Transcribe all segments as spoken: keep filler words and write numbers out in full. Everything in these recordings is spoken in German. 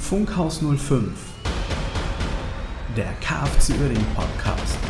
Funkhaus null fünf, der KfC Uerdingen Podcast.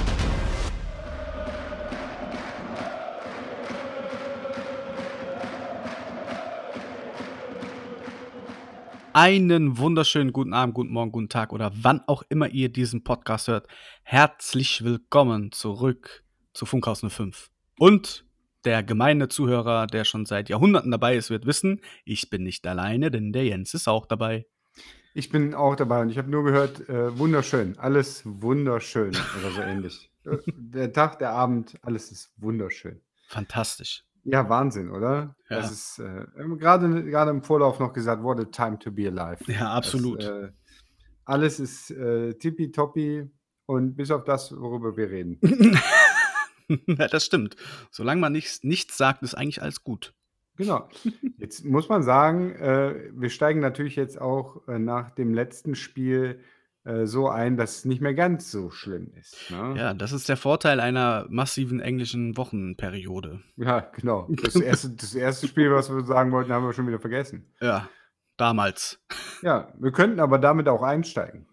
Einen wunderschönen guten Abend, guten Morgen, guten Tag oder wann auch immer ihr diesen Podcast hört. Herzlich willkommen zurück zu Funkhaus null fünf. Und der gemeine Zuhörer, der schon seit Jahrhunderten dabei ist, wird wissen, ich bin nicht alleine, denn der Jens ist auch dabei. Ich bin auch dabei und ich habe nur gehört, äh, wunderschön, alles wunderschön oder so ähnlich. Äh, Der Tag, der Abend, alles ist wunderschön. Fantastisch. Ja, Wahnsinn, oder? Ja. Das ist äh, gerade gerade im Vorlauf noch gesagt, what a time to be alive. Ja, absolut. Das, äh, alles ist äh, tippitoppi und bis auf das, worüber wir reden. Ja, das stimmt. Solange man nichts, nichts sagt, ist eigentlich alles gut. Genau. Jetzt muss man sagen, äh, wir steigen natürlich jetzt auch äh, nach dem letzten Spiel äh, so ein, dass es nicht mehr ganz so schlimm ist. Ne? Ja, das ist der Vorteil einer massiven englischen Wochenperiode. Ja, genau. Das erste, das erste Spiel, was wir sagen wollten, haben wir schon wieder vergessen. Ja, damals. Ja, wir könnten aber damit auch einsteigen.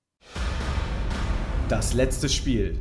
Das letzte Spiel.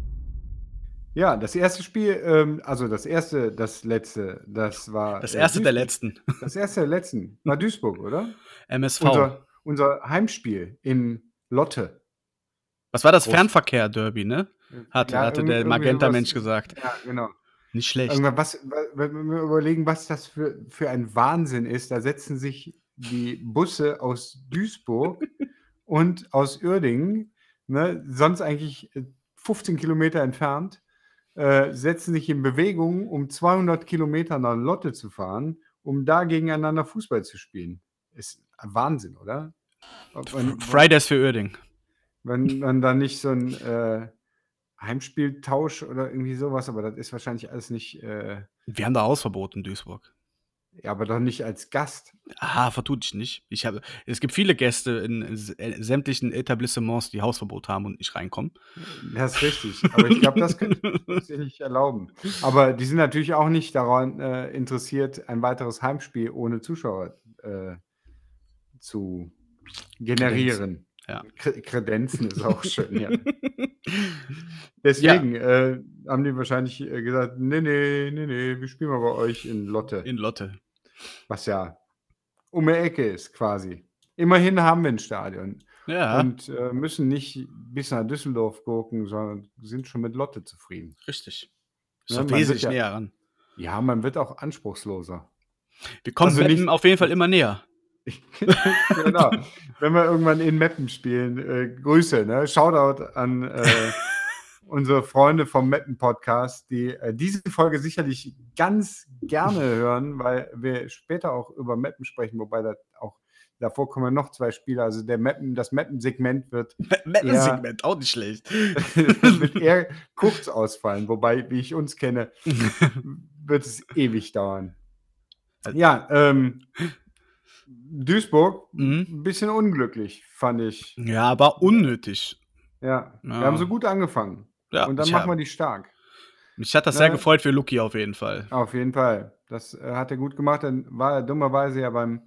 Ja, das erste Spiel, ähm, also das erste, das letzte, das war. Das äh, erste der Duisburg. letzten. Das erste der letzten war Duisburg, oder? M S V. Unser, unser Heimspiel in Lotte. Was war das? Groß- Fernverkehr-Derby, ne? Hatte, Ja, hatte irgend- der irgendwie Magenta-Mensch sowas. gesagt. Ja, genau. Nicht schlecht. Irgendwann, was, wenn wir überlegen, was das für, für ein Wahnsinn ist, da setzen sich die Busse aus Duisburg und aus Uerdingen, ne, sonst eigentlich äh, fünfzehn Kilometer entfernt, äh, setzen sich in Bewegung, um zweihundert Kilometer nach Lotte zu fahren, um da gegeneinander Fußball zu spielen. Ist ein Wahnsinn, oder? Ob man- Fridays für Uerdingen. Wenn man da nicht so ein äh, Heimspieltausch oder irgendwie sowas, aber das ist wahrscheinlich alles nicht, äh, Wir haben da Hausverbot in Duisburg. ja, aber doch nicht als Gast. Aha, vertut dich nicht. Ich habe, es gibt viele Gäste in s- äh, sämtlichen Etablissements, die Hausverbot haben und nicht reinkommen. Das ist richtig. Aber ich glaube, das können sie sich nicht erlauben. Aber die sind natürlich auch nicht daran äh, interessiert, ein weiteres Heimspiel ohne Zuschauer äh, zu generieren. Ja. Kre- Kredenzen ist auch schön, ja. Deswegen äh, haben die wahrscheinlich äh, gesagt, nee, nee, nee, nee, wir spielen mal bei euch in Lotte. In Lotte. Was ja um die Ecke ist quasi. Immerhin haben wir ein Stadion Ja, und äh, müssen nicht bis nach Düsseldorf gucken, sondern sind schon mit Lotte zufrieden. richtig. Ist Ja, doch man wird wesentlich ja- näher ran. Ja, man wird auch anspruchsloser. Wir kommen Also Meppen nicht- auf jeden Fall immer näher. Genau. Wenn wir irgendwann in Meppen spielen, äh, Grüße, ne? Shoutout an äh, unsere Freunde vom Meppen-Podcast, die äh, diese Folge sicherlich ganz gerne hören, weil wir später auch über Meppen sprechen, wobei das auch davor kommen ja noch zwei Spiele. Also der Meppen, das Meppen-Segment wird, Meppen-Segment, auch nicht schlecht. wird eher kurz ausfallen, wobei, wie ich uns kenne, wird es ewig dauern. Ja, ähm, Duisburg, Mhm. ein bisschen unglücklich, fand ich. Ja, aber unnötig. Ja, Ja. wir haben so gut angefangen. Ja, Und dann ich machen hab- wir die stark. Mich hat das sehr Ne? gefreut für Luki auf jeden Fall. Auf jeden Fall. Das äh, hat er gut gemacht. Dann war er dummerweise ja beim.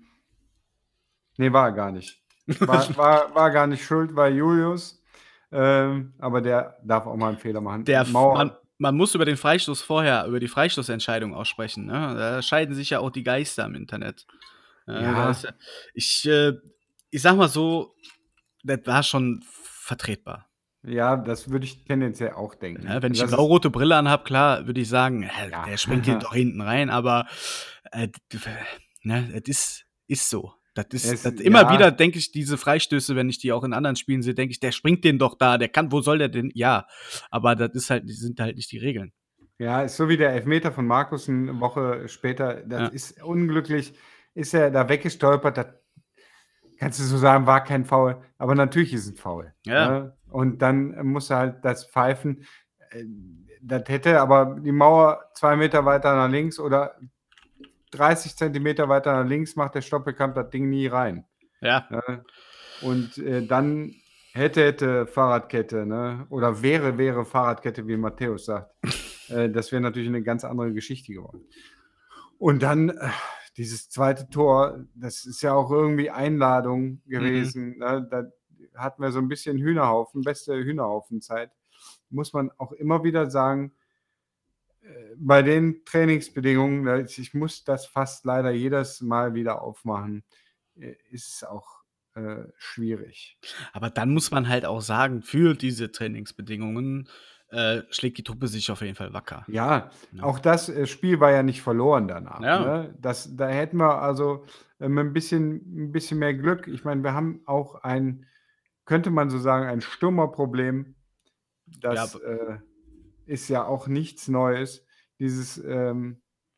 Nee, war er gar nicht. War, war, war gar nicht schuld, war Julius. Ähm, aber der darf auch mal einen Fehler machen. Der, Mauer, man, man muss über den Freistoß vorher, über die Freistoßentscheidung auch sprechen. Ne? Da scheiden sich ja auch die Geister im Internet. Äh, Ja. da ist ja- Ich, äh, ich sag mal so, das war schon vertretbar. Ja, das würde ich tendenziell auch denken. Ne? Wenn ich die Das ist- blau-rote Brille anhab, klar, würde ich sagen, hä, Ja. der springt den doch hinten rein, aber äh, d- ne, das ist, ist so. Das ist, Es- das immer ja. wieder denke ich, diese Freistöße, wenn ich die auch in anderen Spielen sehe, denke ich, der springt den doch da, der kann, wo soll der denn? Ja, aber das ist halt, die sind halt nicht die Regeln. Ja, ist so wie der Elfmeter von Markus eine Woche später. Das Ja. ist unglücklich. Ist er da weggestolpert? Das kannst du so sagen, war kein Foul. Aber natürlich ist es ein Foul. Ja. Ne? Und dann muss er halt das pfeifen. Äh, Das hätte aber die Mauer zwei Meter weiter nach links oder dreißig Zentimeter weiter nach links macht der Stoppelkamp das Ding nie rein. Ja, Ne? Und äh, dann hätte, hätte Fahrradkette, ne? Oder wäre, wäre Fahrradkette, wie Matthäus sagt. äh, das wäre natürlich eine ganz andere Geschichte geworden. Und dann, äh, dieses zweite Tor, das ist ja auch irgendwie Einladung Mhm. gewesen. Ne? Da hatten wir so ein bisschen Hühnerhaufen, beste Hühnerhaufenzeit. Muss man auch immer wieder sagen, äh, bei den Trainingsbedingungen, ne, ich muss das fast leider jedes Mal wieder aufmachen, äh, ist es auch äh, schwierig. Aber dann muss man halt auch sagen, für diese Trainingsbedingungen, äh, schlägt die Truppe sich auf jeden Fall wacker, Ja, ne? auch das, äh, Spiel war ja nicht verloren danach, Ja. ne? Das da hätten wir also, äh, mit 'n bisschen 'n bisschen mehr Glück, ich meine, wir haben auch ein, könnte man so sagen, ein Stürmerproblem. Ja, Das, b äh, ist ja auch nichts Neues. Dieses, ähm,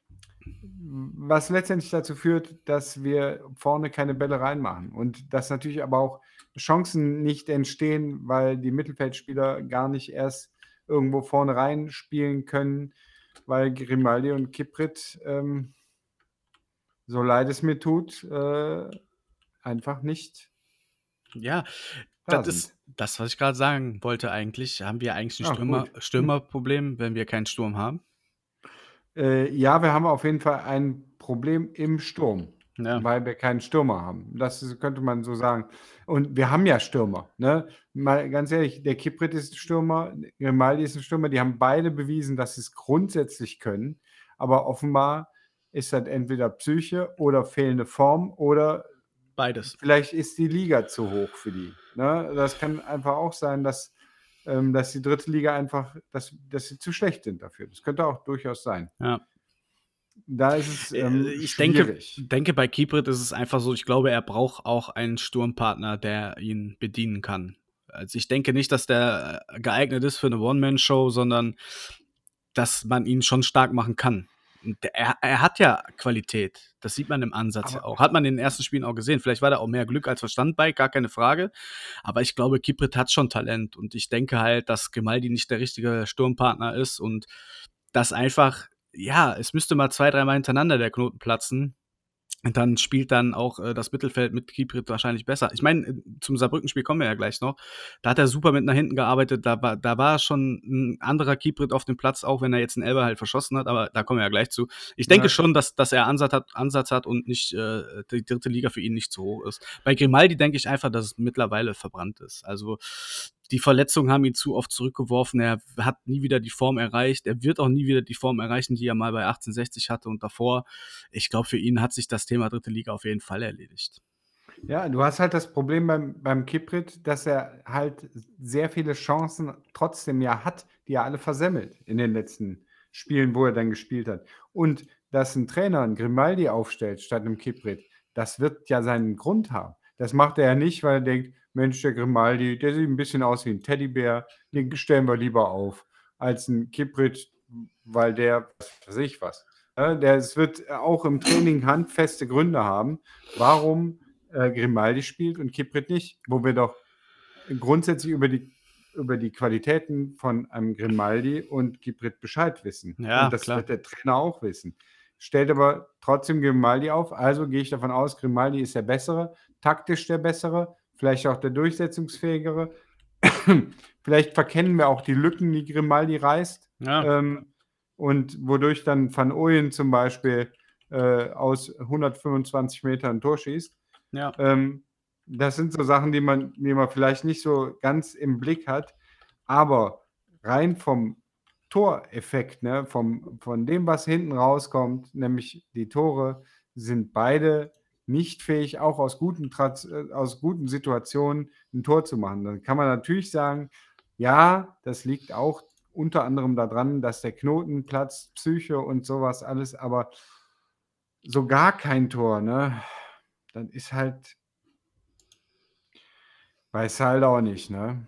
was letztendlich dazu führt, dass wir vorne keine Bälle reinmachen und dass natürlich aber auch Chancen nicht entstehen, weil die Mittelfeldspieler gar nicht erst irgendwo vorne rein spielen können, weil Grimaldi und Kiprit, ähm, so leid es mir tut, äh, einfach nicht Ja, da das sind. ist das, was ich grad sagen wollte eigentlich. Haben wir eigentlich 'n Ach Stürmer gut. Stürmerproblem, wenn wir keinen Sturm haben? Äh, ja, wir haben auf jeden Fall ein Problem im Sturm, Ja. weil wir keinen Stürmer haben. Das ist, könnte man so sagen. Und wir haben ja Stürmer, ne? Mal ganz ehrlich, der Kiprit ist 'n Stürmer, Grimaldi ist 'n Stürmer, die haben beide bewiesen, dass sie's grundsätzlich können, aber offenbar ist das entweder Psyche oder fehlende Form oder Beides. vielleicht ist die Liga zu hoch für die, ne? Das kann einfach auch sein, dass ähm, dass die dritte Liga einfach, dass dass sie zu schlecht sind dafür. Das könnte auch durchaus sein. Ja. Da ist es, Äh, ähm, ich denke schwierig. denke, bei Kiprit ist es einfach so, ich glaube, er braucht auch einen Sturmpartner, der ihn bedienen kann. Also, ich denke nicht, dass der, äh, geeignet ist für 'ne One-Man-Show, sondern dass man ihn schon stark machen kann. Und er er hat ja Qualität. Das sieht man im Ansatz ja Aber auch. Hat man in den ersten Spielen auch gesehen. Vielleicht war da auch mehr Glück als Verstand bei, gar keine Frage. Aber ich glaube, Kiprit hat schon Talent und ich denke halt, dass Grimaldi nicht der richtige Sturmpartner ist und dass einfach ja, es müsste mal zwei, dreimal hintereinander der Knoten platzen. Und dann spielt dann auch, äh, das Mittelfeld mit Kiprit wahrscheinlich besser. Ich meine, äh, zum Saarbrücken-Spiel kommen wir ja gleich noch. Da hat er super mit nach hinten gearbeitet. Da war da war schon 'n anderer Kiprit auf dem Platz, auch wenn er jetzt 'n Elfer halt verschossen hat, aber da kommen wir ja gleich zu. Ich denke Ja. schon, dass dass er Ansatz hat Ansatz hat und nicht äh, die dritte Liga für ihn nicht zu hoch ist. Bei Grimaldi denke ich einfach, dass es mittlerweile verbrannt ist. Also, die Verletzungen haben ihn zu oft zurückgeworfen. Er hat nie wieder die Form erreicht. Er wird auch nie wieder die Form erreichen, die er mal bei achtzehnhundertsechzig hatte und davor. Ich glaube, für ihn hat sich das Thema dritte Liga auf jeden Fall erledigt. Ja, du hast halt das Problem beim beim Kiprit, dass er halt sehr viele Chancen trotzdem ja hat, die er alle versemmelt in den letzten Spielen, wo er dann gespielt hat. Und dass 'n Trainer 'n Grimaldi aufstellt statt 'nem Kiprit, das wird ja seinen Grund haben. Das macht er ja nicht, weil er denkt: „Mensch, der Grimaldi, der sieht 'n bisschen aus wie 'n Teddybär, den stellen wir lieber auf als 'n Kiprit, weil der was weiß ich was.“ Ne, der es wird auch im Training handfeste Gründe haben, warum, äh, Grimaldi spielt und Kiprit nicht, wo wir doch grundsätzlich über die über die Qualitäten von einem Grimaldi und Kiprit Bescheid wissen. Und Ja, das klar. wird der Trainer auch wissen. Stellt aber trotzdem Grimaldi auf, also gehe ich davon aus, Grimaldi ist der Bessere, taktisch der Bessere, vielleicht auch der durchsetzungsfähigere. Vielleicht verkennen wir auch die Lücken, die Grimaldi reißt, Ja. ähm, und wodurch dann Van Ooyen zum Beispiel, äh, aus hundertfünfundzwanzig Metern 'n Tor schießt. Ja. Ähm, das sind so Sachen, die man die man vielleicht nicht so ganz im Blick hat, aber rein vom Toreffekt, ne, vom von dem, was hinten rauskommt, nämlich die Tore, sind beide nicht fähig, auch aus guten Tratz äh, aus guten Situationen 'n Tor zu machen. Dann kann man natürlich sagen: „Ja, das liegt auch unter anderem da dran, dass der Knoten platzt, Psyche und so was alles“, aber so gar kein Tor, ne? Dann ist halt weißt du halt auch nicht, ne?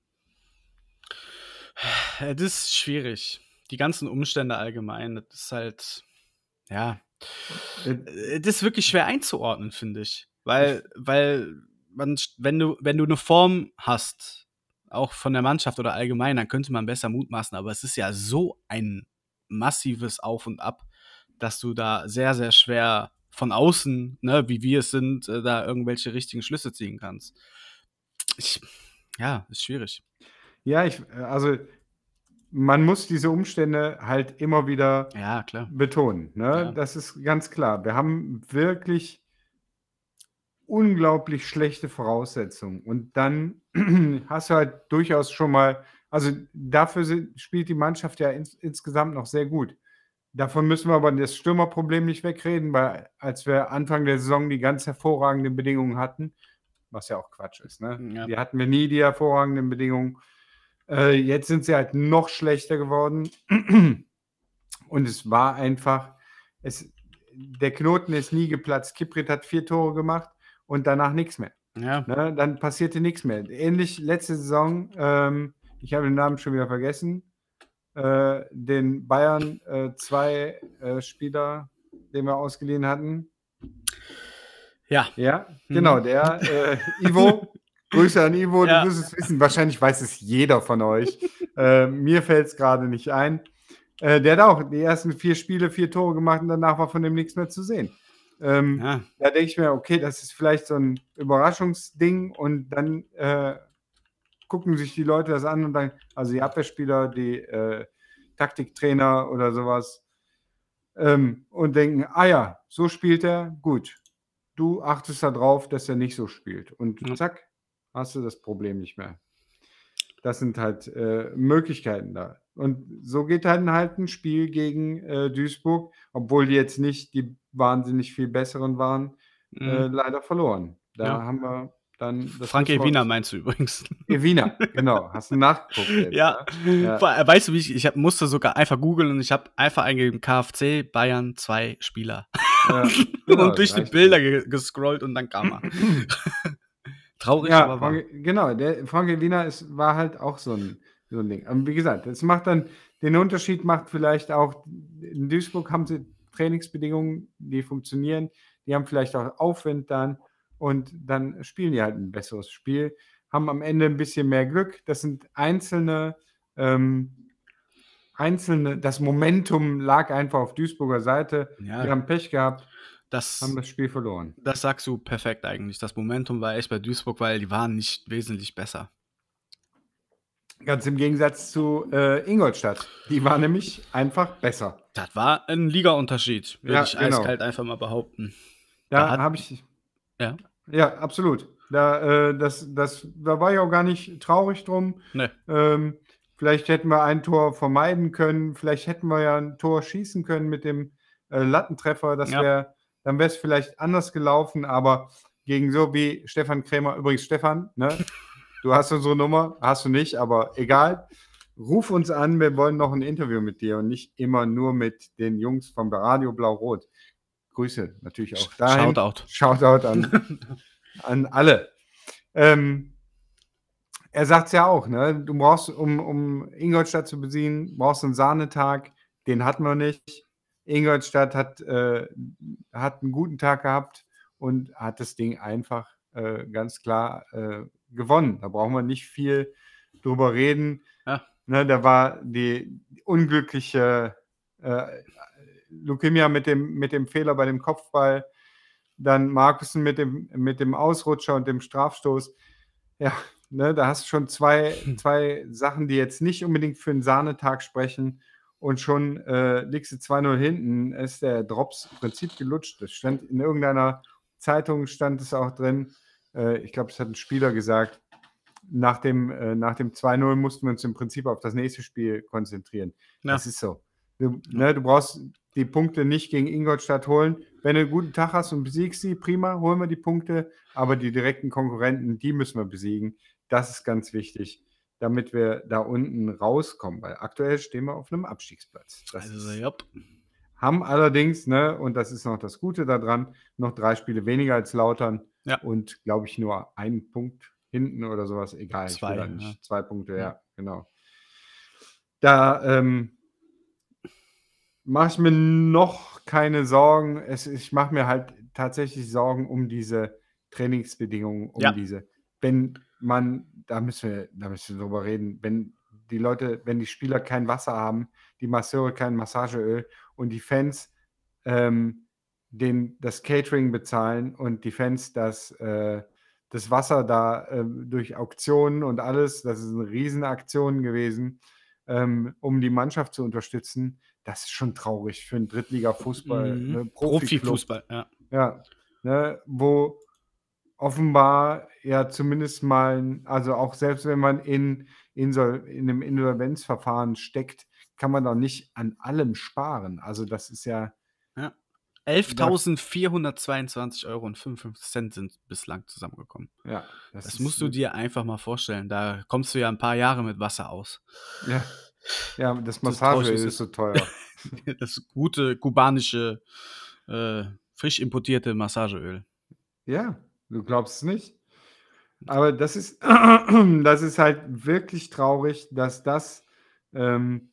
Äh, das ist schwierig. Die ganzen Umstände allgemein, das ist halt ja, Äh, äh, das ist wirklich schwer einzuordnen, finde ich. ich Weil weil man st wenn du wenn du 'ne Form hast, auch von der Mannschaft oder allgemein, dann könnte man besser mutmaßen, aber es ist ja so ein massives Auf und Ab, dass du da sehr, sehr schwer von außen, ne, wie wir es sind, äh, da irgendwelche richtigen Schlüsse ziehen kannst. Ich ja, ist schwierig. Ja, ich äh, also man muss diese Umstände halt immer wieder Ja, klar. betonen, ne? Ja. Das ist ganz klar. Wir haben wirklich unglaublich schlechte Voraussetzungen und dann hast du halt durchaus schon mal also, dafür sind spielt die Mannschaft ja ins insgesamt noch sehr gut. Davon müssen wir aber das Stürmerproblem nicht wegreden, weil als wir Anfang der Saison die ganz hervorragenden Bedingungen hatten, was ja auch Quatsch ist, ne? Ja. Die hatten wir nie, die hervorragenden Bedingungen. Äh, jetzt sind sie halt noch schlechter geworden. Und es war einfach es der Knoten ist nie geplatzt. Kiprit hat vier Tore gemacht und danach nichts mehr, Ja. ne? Dann passierte nichts mehr. Ähnlich letzte Saison, ähm, ich habe den Namen schon wieder vergessen, äh, den Bayern, äh, zwei äh, Spieler, den wir ausgeliehen hatten. Ja. Ja, Mhm. genau, der, äh, Ivo. Grüße an Ivo, Ja. du wirst es wissen. Wahrscheinlich weiß es jeder von euch. Äh, mir fällt es gerade nicht ein. Äh, der hat auch die ersten vier Spiele vier Tore gemacht und danach war von dem nichts mehr zu sehen. Ähm, Ja. Da denke ich mir, okay, das ist vielleicht so ein Überraschungsding und dann äh, gucken sich die Leute das an und dann, also die Abwehrspieler, die äh, Taktiktrainer oder sowas, ähm, und denken, ah ja, so spielt er, gut. Du achtest darauf, dass er nicht so spielt. Und Ja. zack, hast du das Problem nicht mehr. Das sind halt äh, Möglichkeiten da. Und so geht dann halt ein Spiel gegen äh, Duisburg, obwohl die jetzt nicht die wahnsinnig viel besseren waren, äh, Mhm. leider verloren. Da Ja. haben wir dann das Frank müssen wir Evina uns meinst du übrigens. Evina, genau. Hast du nachgeguckt jetzt, Ja. ne? Ja. Vor weißt du, wie ich ich habe musste sogar einfach googeln und ich habe einfach eingegeben K F C Bayern zwei Spieler. Ja, genau, Und durch die reicht Bilder ja. ge gescrollt und dann kam er. Traurig, Ja, aber wahr. Frank genau, der Frank Evina ist war halt auch so 'n so 'n Ding. Aber wie gesagt, das macht dann den Unterschied macht vielleicht auch in Duisburg haben sie Trainingsbedingungen, die funktionieren. Die haben vielleicht auch Aufwind dann und dann spielen die halt 'n besseres Spiel, haben am Ende 'n bisschen mehr Glück. Das sind einzelne ähm, einzelne das Momentum lag einfach auf Duisburger Seite. Ja. Die haben Pech gehabt, haben Das das Spiel verloren. das sagst du perfekt eigentlich. Das Momentum war echt bei Duisburg, weil die waren nicht wesentlich besser. Ganz im Gegensatz zu, äh, Ingolstadt. Die war nämlich einfach besser. Das war 'n Ligaunterschied, würde Ja, ich genau. eiskalt einfach mal behaupten. Da Da hat habe ich Ja. Ja, absolut. Da, äh, das das da war ich auch gar nicht traurig drum. Ne. Ähm, vielleicht hätten wir ein Tor vermeiden können. Vielleicht hätten wir ja 'n Tor schießen können mit dem, äh, Lattentreffer. Das Ja. wäre dann wäre es vielleicht anders gelaufen, aber gegen so wie Stefan Krämer übrigens Stefan, ne? Du hast unsere Nummer, hast du nicht, aber egal. Ruf uns an, wir wollen noch 'n Interview mit dir und nicht immer nur mit den Jungs vom Radio Blau-Rot. Grüße natürlich auch Sh dahin. Shoutout. Shoutout an an alle. Ähm, er sagt's ja auch, ne? Du brauchst, um um Ingolstadt zu besiegen, brauchst du 'n Sahnetag. Den hatten wir nicht. Ingolstadt hat äh, hat 'n guten Tag gehabt und hat das Ding einfach, äh, ganz klar, äh, gewonnen. Da brauchen wir nicht viel drüber reden. Ja. Ne, da war die unglückliche, äh, Lukemia mit dem mit dem Fehler bei dem Kopfball, dann Markussen mit dem mit dem Ausrutscher und dem Strafstoß. Ja, ne, da hast du schon zwei zwei Sachen, die jetzt nicht unbedingt für 'n Sahnetag sprechen und schon, äh, liegst du zwei null hinten, ist der Drops im Prinzip gelutscht. Das stand in irgendeiner Zeitung stand es auch drin. Äh, ich glaube, das hat 'n Spieler gesagt. Nach dem äh, nach dem zwei null mussten wir uns im Prinzip auf das nächste Spiel konzentrieren. Ja. Das ist so. Du Ja. ne, du brauchst die Punkte nicht gegen Ingolstadt holen. Wenn du 'n guten Tag hast und besiegst sie, prima, holen wir die Punkte, aber die direkten Konkurrenten, die müssen wir besiegen. Das ist ganz wichtig, damit wir da unten rauskommen, weil aktuell stehen wir auf 'nem Abstiegsplatz. Das Also, ist jap. haben allerdings, ne, und das ist noch das Gute da dran, noch drei Spiele weniger als Lautern Ja. und, glaube ich, nur einen Punkt hinten oder so was. Egal, ich will zwei, da ja. nicht zwei Punkte, Ja. ja, genau. Da, ähm mache ich mir noch keine Sorgen. Es ich mache mir halt tatsächlich Sorgen um diese Trainingsbedingungen, um Ja. diese wenn man da müssen wir da müssen wir drüber reden, wenn die Leute wenn die Spieler kein Wasser haben, die Masseure kein Massageöl und die Fans, ähm, den das Catering bezahlen und die Fans das äh, das Wasser da, ähm, durch Auktionen und alles, das ist 'ne Riesenaktion gewesen. ähm, um die Mannschaft zu unterstützen. Das ist schon traurig für 'n Drittligafußball, Mhm. ne, Profiklub. Profifußball, ja. Ja, ne, wo offenbar ja zumindest mal 'n also auch selbst wenn man in Insol in 'nem Insolvenzverfahren steckt, kann man doch nicht an allem sparen. Also, das ist ja Ja. da elftausendvierhundertzweiundzwanzig Euro und fünfundfünfzig Cent sind bislang zusammengekommen. Ja, das Das ist musst du äh dir einfach mal vorstellen. Da kommst du ja 'n paar Jahre mit Wasser aus. Ja. Ja, das So traurig Massageöl es ist so ist. teuer. Das gute kubanische, äh, frisch importierte Massageöl. Ja, du glaubst es nicht. Aber das ist das ist halt wirklich traurig, dass das, ähm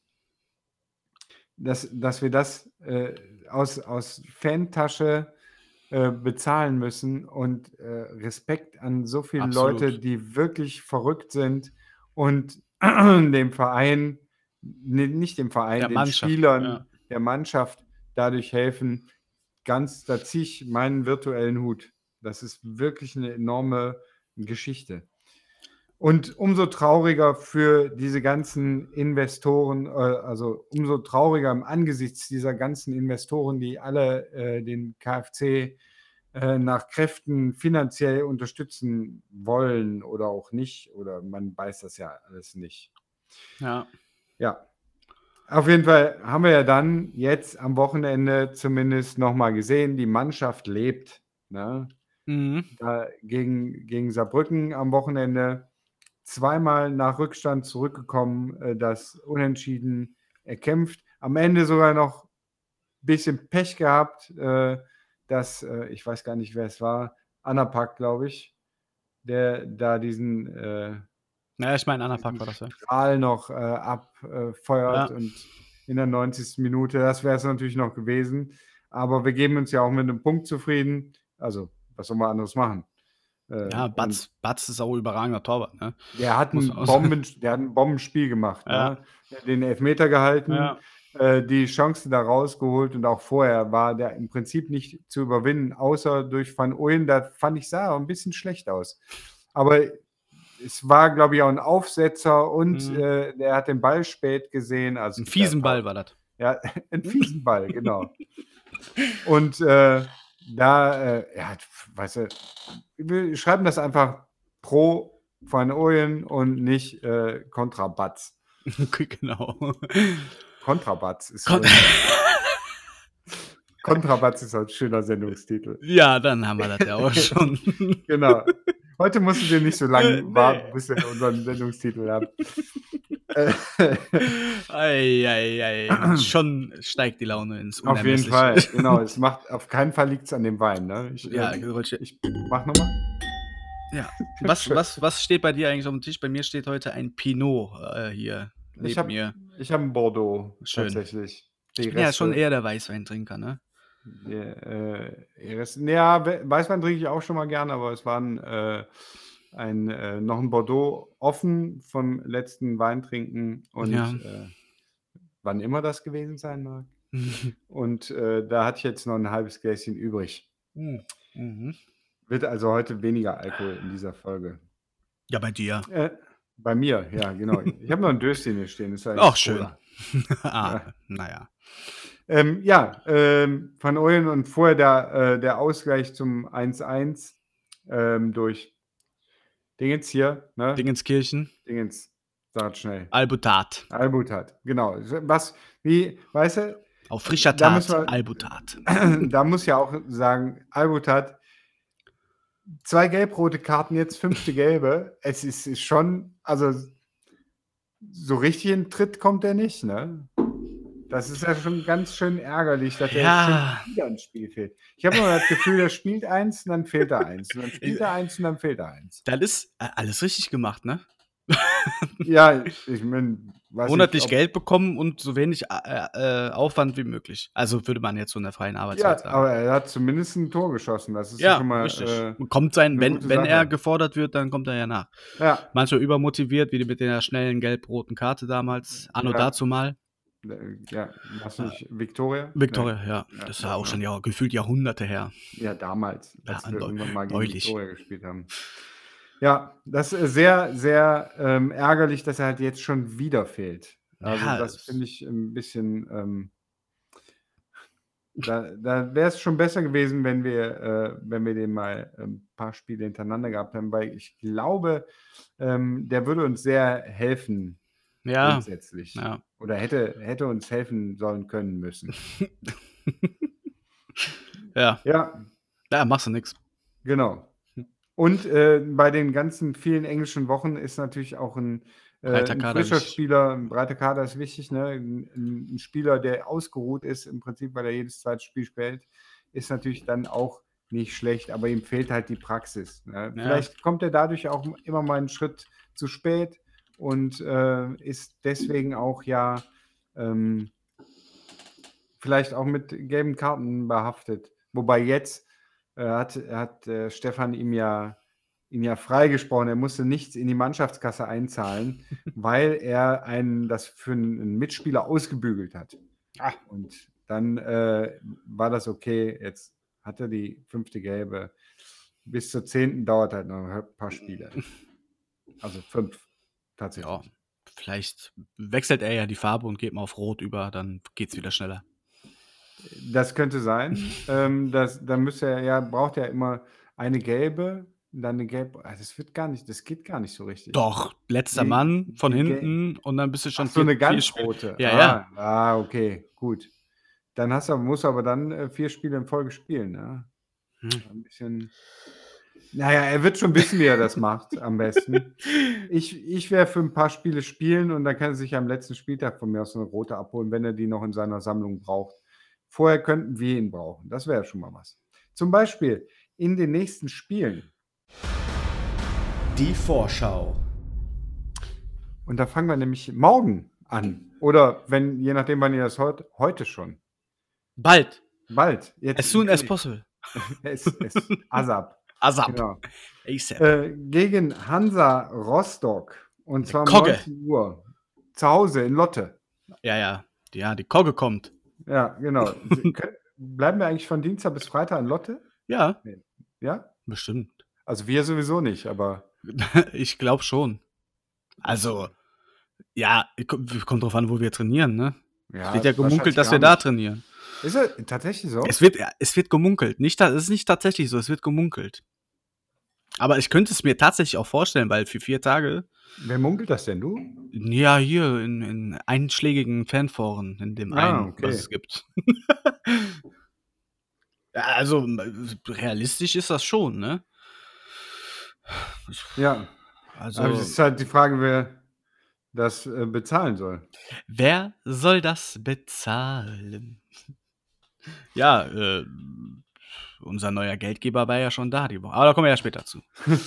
dass dass wir das, äh, aus aus Fantasche, äh, bezahlen müssen und, äh, Respekt an so viele Leute, Absolut. die wirklich verrückt sind und dem Verein ne, nicht dem Verein, Der den Mannschaft, ja. Spielern, der Mannschaft dadurch helfen. Ganz da ziehe ich meinen virtuellen Hut. Das ist wirklich 'ne enorme Geschichte. Und umso trauriger für diese ganzen Investoren, äh, also umso trauriger im angesichts dieser ganzen Investoren, die alle, äh, den KFC, äh, nach Kräften finanziell unterstützen wollen oder auch nicht, oder man weiß das ja alles nicht. Ja. Ja. Auf jeden Fall haben wir ja dann jetzt am Wochenende zumindest noch mal gesehen, die Mannschaft lebt, ne? Mhm. Da gegen gegen Saarbrücken am Wochenende zweimal nach Rückstand zurückgekommen, äh, das Unentschieden erkämpft. Am Ende sogar noch bisschen Pech gehabt, äh, dass, äh ich weiß gar nicht, wer es war, Anapak, glaube ich, der da diesen, äh Ja, ich meine, Anapak diesen war das, ja. Strahl noch, äh, ab äh, feuert Ja. und in der neunzigsten Minute, das wäre es natürlich noch gewesen. Aber wir geben uns ja auch mit 'nem Punkt zufrieden. Also, was soll man anderes machen? Äh, Ja, und Batz Batz ist auch überragender Torwart, ne? der hat Muss man 'n auch sagen. Bomben der hat 'n Bombenspiel gemacht, Ja. ne? Der hat den Elfmeter gehalten, Ja. äh, die Chance da rausgeholt und auch vorher war der im Prinzip nicht zu überwinden, außer durch Van Ooyen. Da fand ich, sah er 'n bisschen schlecht aus. Aber es war, glaube ich, auch 'n Aufsetzer und, Mhm. äh, der hat den Ball spät gesehen. Also, 'N es gibt da 'n fiesen paar Ball war das. ja, 'n fiesen Ball, genau. Und, äh, da, äh, ja, f weißt du, wir schreiben das einfach pro Van Ooyen und nicht, äh, kontra Batz. Okay, genau. Kontra Batz ist Kon übrigens Kontra Batz ist auch 'n schöner Sendungstitel. Ja, dann haben wir das ja auch schon. Genau. Heute musst du dir nicht so Äh, lang ne. warten, bis wir unseren Sendungstitel haben. Äh Ei, ei, ei. Schon steigt die Laune ins Auf jeden Unermessliche. Fall, genau. Es macht auf keinen Fall liegt's an dem Wein, ne? Ich, Ja, ähm solche ich mache noch mal. Ja. Was Schön. was was steht bei dir eigentlich aufm Tisch? Bei mir steht heute ein Pinot, äh, hier Ich neben habe mir. ich habe 'n Bordeaux Schön. tatsächlich. Ich Die bin ja schon Reste eher der Weißweintrinker, ne? Der, äh, Rest ja, We Weißwein trinke ich auch schon mal gerne, aber es war 'n, äh ein, äh noch 'n Bordeaux offen vom letzten Weintrinken und, Ja. äh, wann immer das gewesen sein mag. Und, äh, da hatte ich jetzt noch 'n halbes Gläschen übrig. Hm, mhm. Wird also heute weniger Alkohol in dieser Folge. Ja, bei dir. Äh, bei mir, ja, genau. Ich habe noch 'n Döschen hier stehen, ist Ach, eigentlich schön. Cola. Ah, Ja. na ja. Ähm, ja, ähm, Van Ooyen und vorher der äh, der Ausgleich zum eins eins, ähm, durch Dingens hier, ne? Dingenskirchen. Dingens, sag's schnell. Albutat. Albutat, genau. Was wie weißt du, Auf frischer da müssen Tat, wir Albutat. da muss ich ja auch sagen, Albutat zwei gelb-rote Karten, jetzt fünfte gelbe. Es ist ist schon also so richtig in Tritt kommt er nicht, ne? Das ist ja schon ganz schön ärgerlich, dass er schon Ja. wieder ins Spiel fehlt. Ich habe immer das Gefühl, er spielt eins und dann fehlt da eins. Und dann spielt er eins und dann fehlt da eins. Das ist a alles richtig gemacht, ne? Ja, ich meine, weiß nicht, Monatlich ob Geld bekommen und so wenig a äh, äh, Aufwand wie möglich. Also, würde man jetzt so in der freien Arbeitszeit Ja, sagen. aber er hat zumindest 'n Tor geschossen. Das ist ja Ja, schon mal, richtig. äh, Kommt sein 'ne wenn gute wenn er Sache. gefordert wird, dann kommt er ja nach. Ja. Manchmal übermotiviert, wie mit der schnellen gelb-roten Karte damals, anno Ja. dazumal. Äh, ja, war's Ja. nicht Viktoria? Ne. Viktoria, ja. Ja, Das ist ja doch, auch ne? schon Jahr gefühlt Jahrhunderte her. Ja, damals, Ja, als wir neu irgendwann mal gegen neulich. Viktoria gespielt haben. Ja, das ist sehr, sehr, ähm, ärgerlich, dass er halt jetzt schon wieder fehlt. Also, Ja, das es finde ich 'n bisschen, ähm da da wäre es schon besser gewesen, wenn wir äh, wenn wir den mal ein paar Spiele hintereinander gehabt haben, weil ich glaube, ähm, der würde uns sehr helfen ja, grundsätzlich ja. oder hätte hätte uns helfen sollen können müssen. Ja, Ja, ja, machst du nix. genau. Und, äh, bei den ganzen vielen englischen Wochen ist natürlich auch 'n äh, Breiter 'n Kader frischer wichtig. Spieler 'n breiter Kader ist wichtig, ne? 'N 'n 'n Spieler, der ausgeruht ist im Prinzip, weil er jedes zweite Spiel spielt, ist natürlich dann auch nicht schlecht, aber ihm fehlt halt die Praxis, ne? Ja, Vielleicht kommt er dadurch auch immer mal 'n Schritt zu spät und, äh, ist deswegen auch ja, ähm vielleicht auch mit gelben Karten behaftet. Wobei jetzt, äh, hat hat, äh, Stefan ihm ja ihn ja freigesprochen. Er musste nichts in die Mannschaftskasse einzahlen, weil er einen das für 'n 'n Mitspieler ausgebügelt hat. Ah. Und dann, äh, war das okay. Jetzt hat er die fünfte Gelbe. Bis zur zehnten dauert halt noch 'n paar Spiele. Also fünf Ja, tatsächlich. vielleicht wechselt er ja die Farbe und geht mal auf Rot über, dann geht's wieder schneller. Das könnte sein. Ähm, das dann müsste er ja braucht er immer eine gelbe, dann 'ne gelb ah, das wird gar nicht das geht gar nicht so richtig. Doch, letzter Die Mann von die gel hinten und dann bist du ach schon so, vier 'ne vier ganz Spiele. rote. Ja, ja. Ah, ah, okay, gut. Dann hast du musst du aber dann, äh, vier Spiele in Folge spielen, ne? Hm. Ein bisschen na ja, er wird schon wissen, wie er das macht am besten. Ich ich wäre für 'n paar Spiele spielen und dann kann er sich am letzten Spieltag von mir aus 'ne rote abholen, wenn er die noch in seiner Sammlung braucht. Vorher könnten wir ihn brauchen. Das wäre ja schon mal was. Zum Beispiel in den nächsten Spielen. Die Vorschau. Und da fangen wir nämlich morgen an. Oder wenn je nachdem, wann ihr das hört, heute schon. Bald. Bald. Jetzt As soon as demnächst. possible. Es es ASAP. ASAP. Genau. ASAP. Äh, gegen Hansa Rostock und Der zwar um Kogge. neunzehn Uhr. Zu Hause in Lotte. Ja, ja. Ja, die Kogge kommt. Ja, genau. Sie könn bleiben wir eigentlich von Dienstag bis Freitag in Lotte? Ja, Ne. Ja? bestimmt. Also, wir sowieso nicht, aber Ich glaube schon. Also, ja, ko kommt drauf an, wo wir trainieren, ne? Es wird ja, ja gemunkelt, wahrscheinlich dass gar wir da nicht. trainieren. Ist er tatsächlich so? Es wird ja es wird gemunkelt. Nicht ta es ist nicht tatsächlich so, es wird gemunkelt. Aber ich könnte es mir tatsächlich auch vorstellen, weil für vier Tage Wer munkelt das denn, du? ja, hier in in einschlägigen Fanforen, in dem Ah, einen, was okay. es gibt. Ja, also, m realistisch ist das schon, ne? Ja, aber es Also, ist halt die Frage, wer das, äh, bezahlen soll. wer soll das bezahlen? Ja, äh, unser neuer Geldgeber war ja schon da die Woche, aber da kommen wir ja später zu.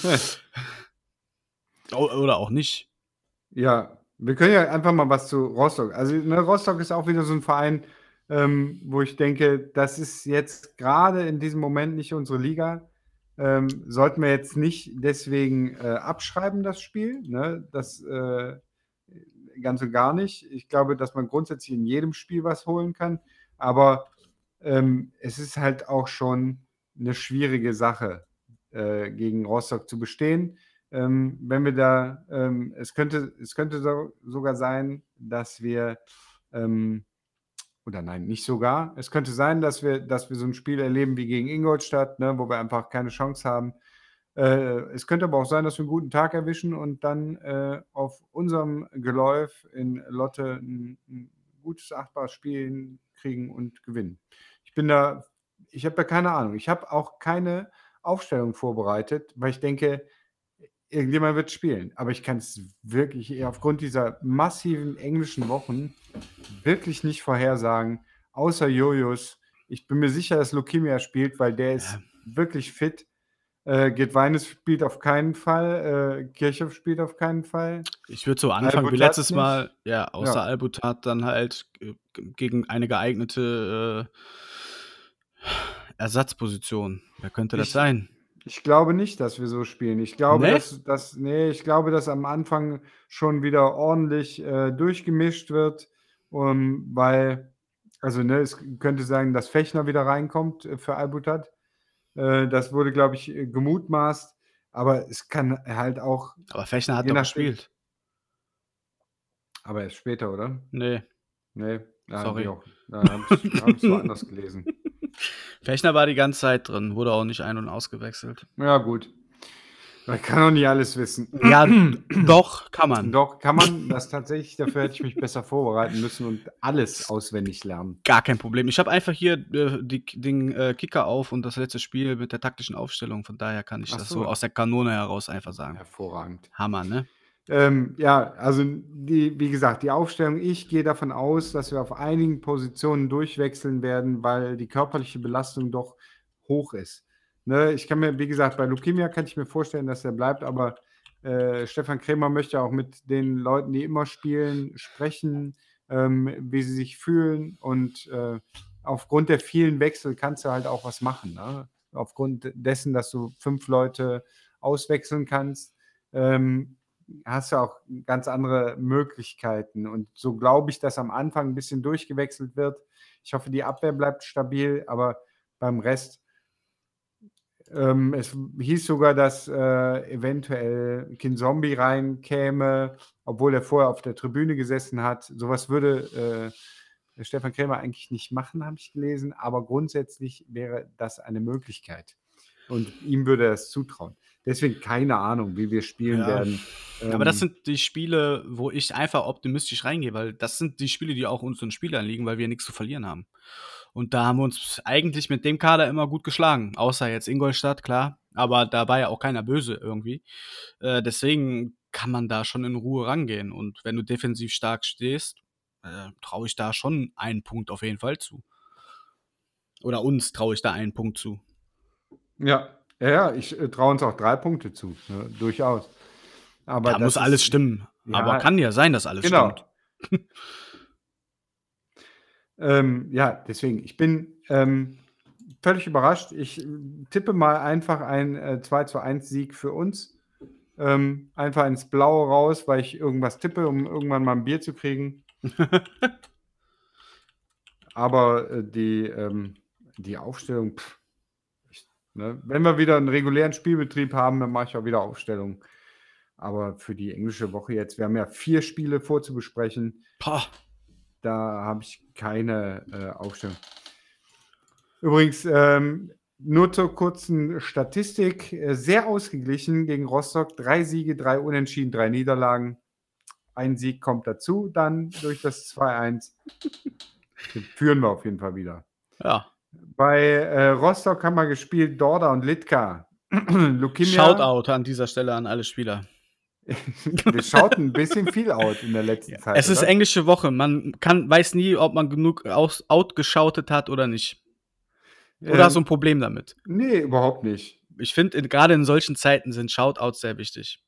O oder auch nicht. Ja, wir können ja einfach mal was zu Rostock also, ne, Rostock ist auch wieder so 'n Verein, ähm, wo ich denke, das ist jetzt grade in diesem Moment nicht unsere Liga. Ähm, sollten wir jetzt nicht deswegen, äh, abschreiben, das Spiel, ne? Das, äh, ganz und gar nicht. Ich glaube, dass man grundsätzlich in jedem Spiel was holen kann, aber, ähm, es ist halt auch schon 'ne schwierige Sache, äh, gegen Rostock zu bestehen. Ähm, wenn wir da ähm, es könnte es könnte so sogar sein, dass wir, ähm oder nein, nicht sogar. Es könnte sein, dass wir dass wir so 'n Spiel erleben wie gegen Ingolstadt, ne, wo wir einfach keine Chance haben. Äh, es könnte aber auch sein, dass wir 'n guten Tag erwischen und dann, äh, auf unserem Geläuf in Lotte 'n 'n gutes, achtbares Spiel hinkriegen und gewinnen. Ich bin da ich habe da keine Ahnung. Ich habe auch keine Aufstellung vorbereitet, weil ich denke, irgendjemand wird spielen. Aber ich kann's wirklich eher aufgrund dieser massiven englischen Wochen wirklich nicht vorhersagen, außer Jojus. Ich bin mir sicher, dass Lukemia spielt, weil der Ja. ist wirklich fit. Äh, Gedweines spielt auf keinen Fall, äh, Kirchhoff spielt auf keinen Fall. Ich würde so anfangen wie Albutat letztes nicht. Mal, ja, außer Ja. Albutat dann halt g g gegen eine geeignete, äh, Ersatzposition. Wer könnte das Ich sein? ich glaube nicht, dass wir so spielen. Ich glaube, Ne? dass dass ne, ich glaube, dass am Anfang schon wieder ordentlich, äh, durchgemischt wird, ähm, weil also, ne, es könnte sein, dass Fechner wieder reinkommt, äh, für Albutat. Äh, das wurde, glaube ich, äh, gemutmaßt, aber es kann halt auch Aber Fechner hat je doch nachdem gespielt. Aber erst später, oder? Nee, Nee, da sorry. ich auch. Da habe ich, hab ich woanders gelesen. Fechner war die ganze Zeit drin, wurde auch nicht ein- und ausgewechselt. Ja, gut. Man kann auch nicht alles wissen. Ja, doch, kann man. Doch, kann man das tatsächlich. Dafür hätte ich mich besser vorbereiten müssen und alles auswendig lernen. Gar kein Problem. Ich habe einfach hier äh, die, den äh, Kicker auf und das letzte Spiel mit der taktischen Aufstellung. Von daher kann ich Ach das so. so aus der Kanone heraus einfach sagen. Hervorragend. Hammer, ne? Ähm, ja, also die, wie gesagt, die Aufstellung, ich gehe davon aus, dass wir auf einigen Positionen durchwechseln werden, weil die körperliche Belastung doch hoch ist. Ne, ich kann mir, wie gesagt, bei Lukemia kann ich mir vorstellen, dass er bleibt, aber äh, Stefan Krämer möchte auch mit den Leuten, die immer spielen, sprechen, ähm, wie sie sich fühlen und äh, aufgrund der vielen Wechsel kannst du halt auch was machen. Ne? Aufgrund dessen, dass du fünf Leute auswechseln kannst, ähm, hast du auch ganz andere Möglichkeiten. Und so glaube ich, dass am Anfang ein bisschen durchgewechselt wird. Ich hoffe, die Abwehr bleibt stabil, aber beim Rest, ähm, es hieß sogar, dass äh, eventuell Kinzombie reinkäme, obwohl er vorher auf der Tribüne gesessen hat. Sowas würde äh, Stefan Krämer eigentlich nicht machen, habe ich gelesen, aber grundsätzlich wäre das eine Möglichkeit. Und ihm würde er es zutrauen. Deswegen keine Ahnung, wie wir spielen Ja. werden. Aber das Ähm, sind die Spiele, wo ich einfach optimistisch reingehe, weil das sind die Spiele, die auch unseren Spielern liegen, weil wir nichts zu verlieren haben. Und da haben wir uns eigentlich mit dem Kader immer gut geschlagen, außer jetzt Ingolstadt, klar. Aber da war ja auch keiner böse irgendwie. Äh, deswegen kann man da schon in Ruhe rangehen. Und wenn du defensiv stark stehst, äh, traue ich da schon einen Punkt auf jeden Fall zu. Oder uns traue ich da einen Punkt zu. Ja, ja, ja, ich äh, traue uns auch drei Punkte zu, ne, durchaus. Aber Da das muss ist- alles stimmen. ja, Aber kann ja sein, dass alles genau. stimmt. Ähm, ja, deswegen, ich bin ähm, völlig überrascht. Ich äh, tippe mal einfach ein äh, zwei zu eins Sieg für uns. Ähm, einfach ins Blaue raus, weil ich irgendwas tippe, um irgendwann mal ein Bier zu kriegen. Aber äh, die, ähm, die Aufstellung, pff, ich, ne, wenn wir wieder einen regulären Spielbetrieb haben, dann mache ich auch wieder Aufstellung. Aber für die englische Woche jetzt, wir haben ja vier Spiele vorzubesprechen, Boah. da habe ich keine äh, Aufstellung. Übrigens, ähm, nur zur kurzen Statistik, äh, sehr ausgeglichen gegen Rostock, drei Siege, drei Unentschieden, drei Niederlagen. Ein Sieg kommt dazu, dann durch das zwei eins. Den führen wir auf jeden Fall wieder. Ja. Bei äh, Rostock haben wir gespielt Dorda und Litka. Lukemia. Shoutout an dieser Stelle an alle Spieler. Wir schauten ein bisschen viel out in der letzten Zeit. Es ist oder? englische Woche. Man kann, weiß nie, ob man genug aus, outgeschautet hat oder nicht. Oder Ähm, hast du ein Problem damit? Nee, überhaupt nicht. Ich finde, gerade in solchen Zeiten sind Shoutouts sehr wichtig.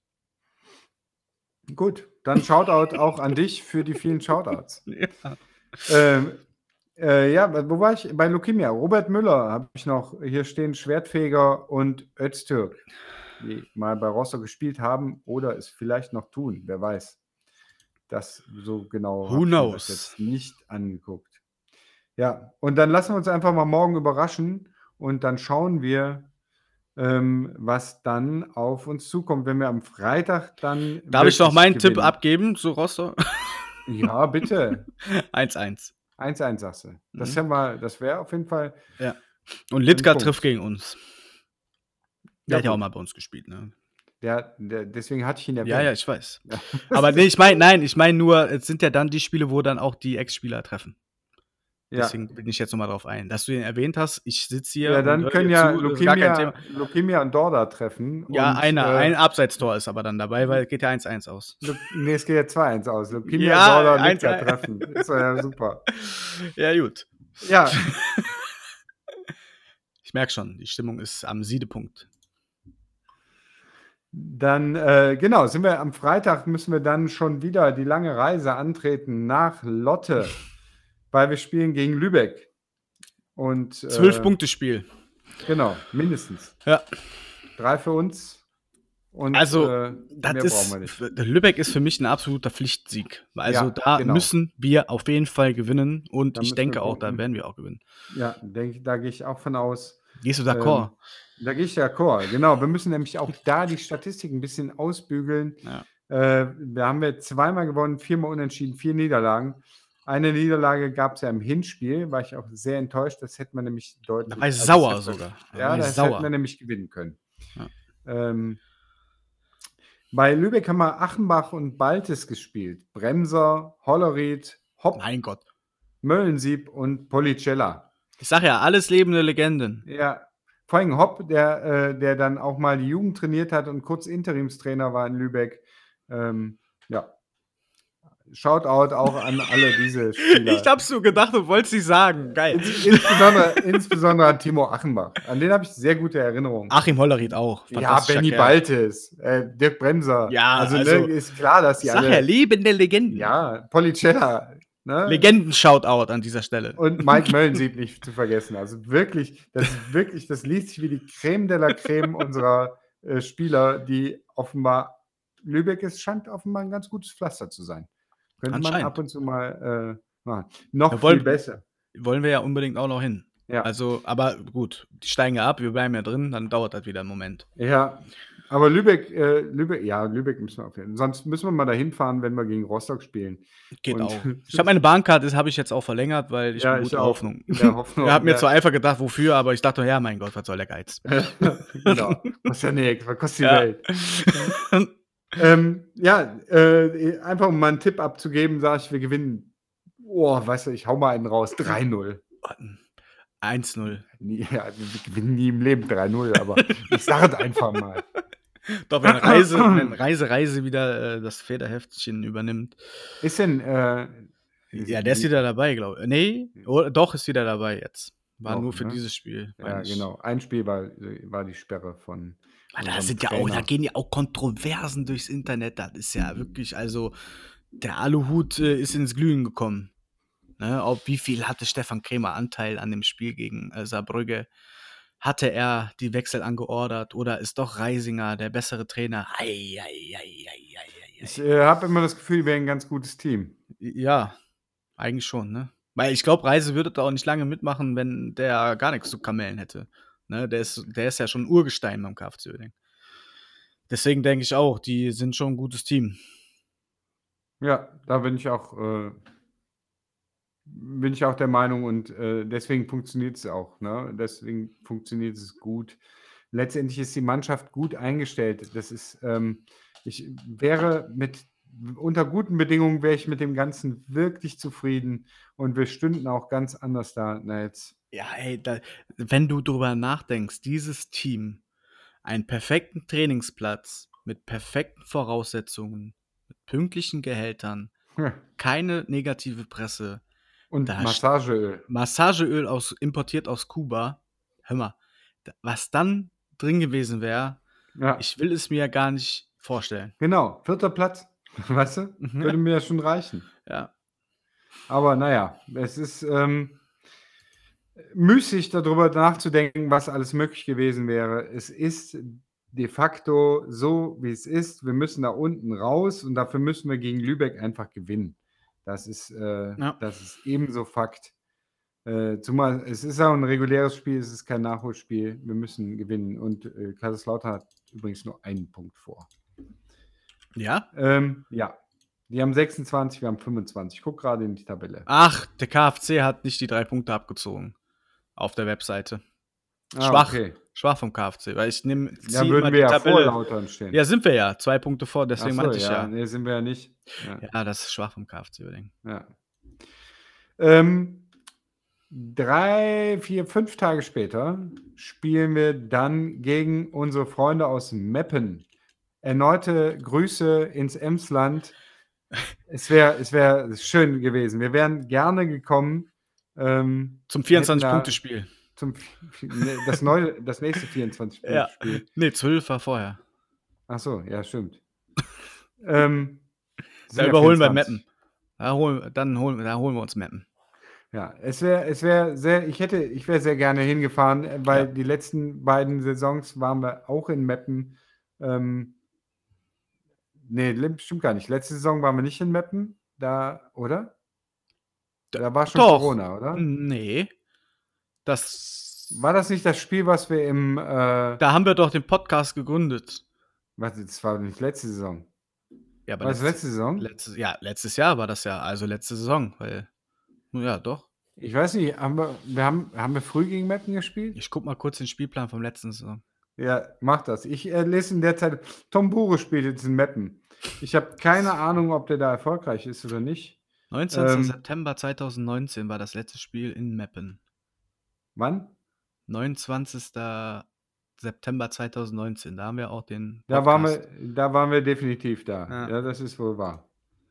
Gut, dann Shoutout auch an dich für die vielen Shoutouts. Ja. Ähm, äh, ja, wo war ich? Bei Lukemia. Robert Müller habe ich noch hier stehen, Schwertfeger und Öztürk, die mal bei Rostock gespielt haben oder es vielleicht noch tun, wer weiß. Das so genau Who habe ich mir knows? das jetzt nicht angeguckt. Ja, und dann lassen wir uns einfach mal morgen überraschen und dann schauen wir, ähm, was dann auf uns zukommt, wenn wir am Freitag dann Darf ich noch wirklich meinen Tipp gewinnen. abgeben zu Rostock? Ja, bitte. eins eins. eins eins sagst du. Das, Mhm. haben wir- das wäre auf jeden Fall. Ja. Und Litka Punkt. trifft gegen uns. Der Ja, hat ja auch gut. mal bei uns gespielt, ne? Der, der, deswegen hatte ich ihn erwähnt. Ja, ja, ich weiß. Ja. Aber nee, ich meine, nein, ich meine nur, es sind ja dann die Spiele, wo dann auch die Ex-Spieler treffen. Ja. Deswegen bin ich jetzt nochmal drauf ein. Dass du ihn erwähnt hast, ich sitze hier. Ja, und dann höre können dir ja zu, das ist gar kein Lukemia, Thema. Lukemia und Dorda treffen. Ja, und, einer, äh, ein Abseitstor ist aber dann dabei, weil es geht ja eins eins aus. Lu- Nee, es geht ja zwei eins aus. Lukemia, Ja, Dorda und eins Litka eins. treffen. Ist doch ja super. Ja, gut. Ja, Ich merke schon, die Stimmung ist am Siedepunkt. dann, äh, genau, sind wir am Freitag, müssen wir dann schon wieder die lange Reise antreten nach Lotte, weil wir spielen gegen Lübeck. Und, Zwölf äh, Punkte Spiel. Genau, mindestens. Ja. Drei für uns. Und Also, äh, das mehr ist, brauchen wir nicht. f- Lübeck ist für mich ein absoluter Pflichtsieg. Also Ja, da genau. müssen wir auf jeden Fall gewinnen und Da ich müssen denke wir auch, da punkten. werden wir auch gewinnen. Ja, denke, da gehe ich auch von aus. Gehst du d'accord? Ähm, da gehe ich d'accord. Genau, wir müssen nämlich auch da die Statistik ein bisschen ausbügeln. Ja. Äh, wir haben wir zweimal gewonnen, viermal unentschieden, vier Niederlagen. Eine Niederlage gab es ja im Hinspiel, war ich auch sehr enttäuscht. Das hätte man nämlich deutlich. Da war ich also sauer das hätte- sogar. Da Ja, war ich das sauer. hätten wir nämlich gewinnen können. Ja. Ähm, bei Lübeck haben wir Achenbach und Baltes gespielt. Bremser, Hollerried, Hopp, Mein Gott. Möllensieb und Policella. Ich sag ja, alles lebende Legenden. Ja, vor allem Hopp, der, äh, der dann auch mal die Jugend trainiert hat und kurz Interimstrainer war in Lübeck. Ähm, ja. Shoutout auch an alle diese Spieler. Ich hab's so gedacht, du wolltest nicht sagen. Geil. Ins, insbesondere, insbesondere an Timo Achenbach. An den habe ich sehr gute Erinnerungen. Achim Hollerried auch. Ja, Fantastischer Benny Kerl. Baltes, äh, Dirk Bremser. Ja, also, also, ne, ist klar, dass die Sag ja, alle. lebende Legenden. Ja, Policella. Ne? Legenden-Shoutout an dieser Stelle. Und Mike Möllensieb nicht zu vergessen. Also wirklich, das ist wirklich, das liest sich wie die Creme de la Creme unserer äh, Spieler, die offenbar, Lübeck ist, scheint offenbar ein ganz gutes Pflaster zu sein. Könnte man Anscheinend. ab und zu mal äh, machen. Noch Wir wollen- viel besser. Wollen wir ja unbedingt auch noch hin. Ja. Also, aber gut, die steigen ja ab, wir bleiben ja drin, dann dauert das wieder einen Moment. Ja, aber Lübeck, äh, Lübeck, ja, Lübeck müssen wir auf jeden Fall. Sonst müssen wir mal dahin fahren, wenn wir gegen Rostock spielen. Geht Und- auch. Ich habe meine Bahnkarte, das habe ich jetzt auch verlängert, weil ich Ja, bin ich guter auch. Hoffnung. In der Hoffnung, Ich habe mir ja. zwar einfach gedacht, wofür, aber ich dachte, ja, mein Gott, was soll der Geiz? Genau. Kostet ja nichts, was kostet die Ja. Welt? ähm, ja, äh, einfach um mal einen Tipp abzugeben, sage ich, wir gewinnen. Oh, weißt du, ich hau mal einen raus. drei null. eins null. Nie, ja, wir gewinnen nie im Leben drei null, aber ich sage es einfach mal. Doch, wenn Reise, wenn Reise, Reise wieder äh, das Federheftchen übernimmt. Ist denn. Äh, Ja, der ist wieder dabei, glaube ich. Nee, oh, doch, ist wieder dabei jetzt. War Doch, nur für ne? dieses Spiel. Ja, meine ich. genau. Ein Spiel war, war die Sperre von. Ah, Da, unserem sind ja auch, Trainer. da gehen ja auch Kontroversen durchs Internet. Das ist ja wirklich, also der Aluhut äh, ist ins Glühen gekommen. Ne? Auf wie viel hatte Stefan Krämer Anteil an dem Spiel gegen äh, Saarbrügge? Hatte er die Wechsel angeordert oder ist doch Reisinger der bessere Trainer? Ei, ei, ei, ei, ei, ei, Ich äh, habe immer das Gefühl, wir wären ein ganz gutes Team. Ja, eigentlich schon, ne? Weil ich glaube, Reise würde da auch nicht lange mitmachen, wenn der gar nichts zu kamellen hätte. Ne? Der ist, der ist ja schon ein Urgestein beim K F C Uerdingen. Deswegen denke ich auch, die sind schon ein gutes Team. Ja, da bin ich auch, äh, bin ich auch der Meinung und äh, deswegen funktioniert es auch. Ne? Deswegen funktioniert es gut. Letztendlich ist die Mannschaft gut eingestellt. Das ist, ähm, ich wäre mit unter guten Bedingungen wäre ich mit dem Ganzen wirklich zufrieden und wir stünden auch ganz anders da. Na jetzt. Ja, ey, da, wenn du drüber nachdenkst, dieses Team, einen perfekten Trainingsplatz mit perfekten Voraussetzungen, mit pünktlichen Gehältern, Ja. keine negative Presse, Und Da Massageöl. Massageöl aus, importiert aus Kuba. Hör mal, da- was dann drin gewesen wäre, Ja, ich will es mir ja gar nicht vorstellen. genau. Vierter Platz. Weißt du? Mhm. Würde mir ja schon reichen. Ja, Aber naja, es ist ähm, müßig darüber nachzudenken, was alles möglich gewesen wäre. Es ist de facto so, wie es ist. Wir müssen da unten raus und dafür müssen wir gegen Lübeck einfach gewinnen. Das ist, äh, Ja. das ist ebenso Fakt. Äh, zumal es ist auch ein reguläres Spiel, es ist kein Nachholspiel. Wir müssen gewinnen. Und äh, Kaiserslautern hat übrigens nur einen Punkt vor. ja. Ähm, ja, die haben sechsundzwanzig, wir haben fünfundzwanzig. Ich guck gerade in die Tabelle. Ach, der K F C hat nicht die drei Punkte abgezogen auf der Webseite. Ah, Schwach. okay. Schwach vom K F C, weil ich nehme Ja, würden wir ja vor Lautern stehen. Ja, sind wir ja. Zwei Punkte vor, deswegen Ach so, meinte ich ja. Nee, sind wir ja nicht. Ja. Ja, das ist schwach vom K F C Uerdingen. Ja. Ähm, drei, vier, fünf Tage später spielen wir dann gegen unsere Freunde aus Meppen. Erneute Grüße ins Emsland. Es wäre es wär schön gewesen. Wir wären gerne gekommen. Ähm, Zum hätten da vierundzwanzig-Punkte-Spiel. Zum, ne, das, neue, das nächste vierundzwanzig-Spiel. Ja. Nee, zwölf war vorher. Ach so, ja, stimmt. ähm, sind Da ja überholen wir vierundzwanzig. Meppen. Da holen, dann holen, da holen wir uns Meppen. Ja, es wäre es wär sehr, ich hätte, ich wäre sehr gerne hingefahren, äh, weil Ja. die letzten beiden Saisons waren wir auch in Meppen. Ähm, nee, le- stimmt gar nicht. Letzte Saison waren wir nicht in Meppen, da, oder? Da war schon Doch. Corona, oder? Nee. Das. War das nicht das Spiel, was wir im, äh, Da haben wir doch den Podcast gegründet. was, das war nicht letzte Saison. Ja, aber War das letztes, letzte Saison? letztes, ja, letztes Jahr war das ja, also letzte Saison, weil, ja, doch. Ich weiß nicht, haben wir, wir haben, haben wir früh gegen Meppen gespielt? Ich guck mal kurz den Spielplan vom letzten Saison. Ja, mach das. Ich äh, lese in der Zeit. Tom Bure spielt jetzt in Meppen. Ich habe keine Ahnung, ob der da erfolgreich ist oder nicht. neunzehnten Ähm, September zweitausendneunzehn war das letzte Spiel in Meppen. Wann? neunundzwanzigsten September zweitausendneunzehn, da haben wir auch den Da waren, Podcast. wir, da waren wir definitiv da. Ja. Ja, das ist wohl wahr.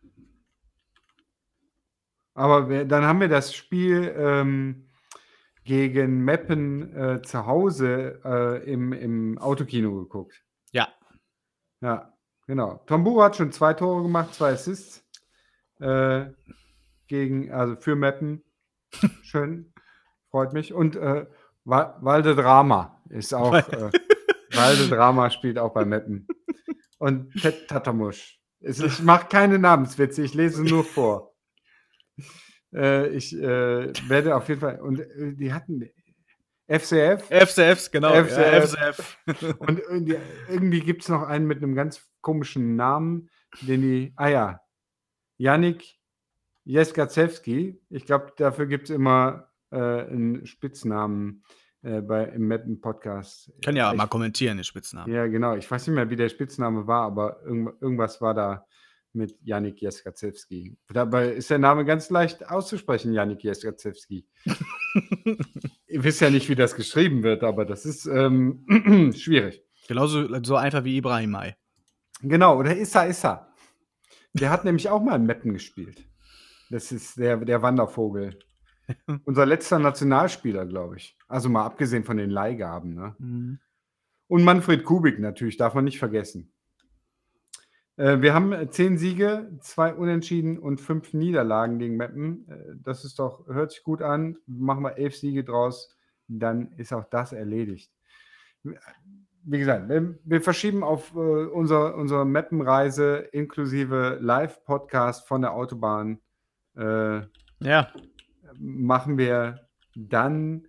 Aber wir, dann haben wir das Spiel ähm, gegen Meppen äh, zu Hause äh, im, im Autokino geguckt. Ja, Ja, genau. Tom Bure hat schon zwei Tore gemacht, zwei Assists äh, gegen, also für Meppen. Schön, freut mich. Und äh, Wa- Walde Drama ist auch, äh, Walde Drama spielt auch bei Meppen. Und Ted Tatamusch. Es- Ich mache keine Namenswitze, ich lese nur vor. Äh, ich äh, werde auf jeden Fall, und äh, die hatten F C F. F C Fs, genau. F C F. Ja, F C F. Und irgendwie, irgendwie gibt es noch einen mit einem ganz komischen Namen, den die, ah ja, Yannick Jeskacewski. Ich glaube, dafür gibt es immer äh, einen Spitznamen äh, bei, im Mappen-Podcast. Kann ja ich, mal kommentieren, den Spitznamen. Ja, genau. Ich weiß nicht mehr, wie der Spitzname war, aber irgend, irgendwas war da mit Yannick Jeskacewski. Dabei ist der Name ganz leicht auszusprechen, Yannick Jeskacewski. Ihr wisst ja nicht, wie das geschrieben wird, aber das ist ähm, schwierig. Genauso so einfach wie Ibrahim May. Genau, oder Issa Issa. Der hat nämlich auch mal in Meppen gespielt. Das ist der, der Wandervogel. Unser letzter Nationalspieler, glaube ich. Also mal abgesehen von den Leihgaben. Ne? Mhm. Und Manfred Kubik natürlich, darf man nicht vergessen. Äh, wir haben zehn Siege, zwei Unentschieden und fünf Niederlagen gegen Meppen. Äh, das ist doch, hört sich gut an. Machen wir elf Siege draus, dann ist auch das erledigt. Wie gesagt, wir, wir verschieben auf äh, unser, unsere Mappenreise inklusive Live-Podcast von der Autobahn. Äh, Ja, machen wir dann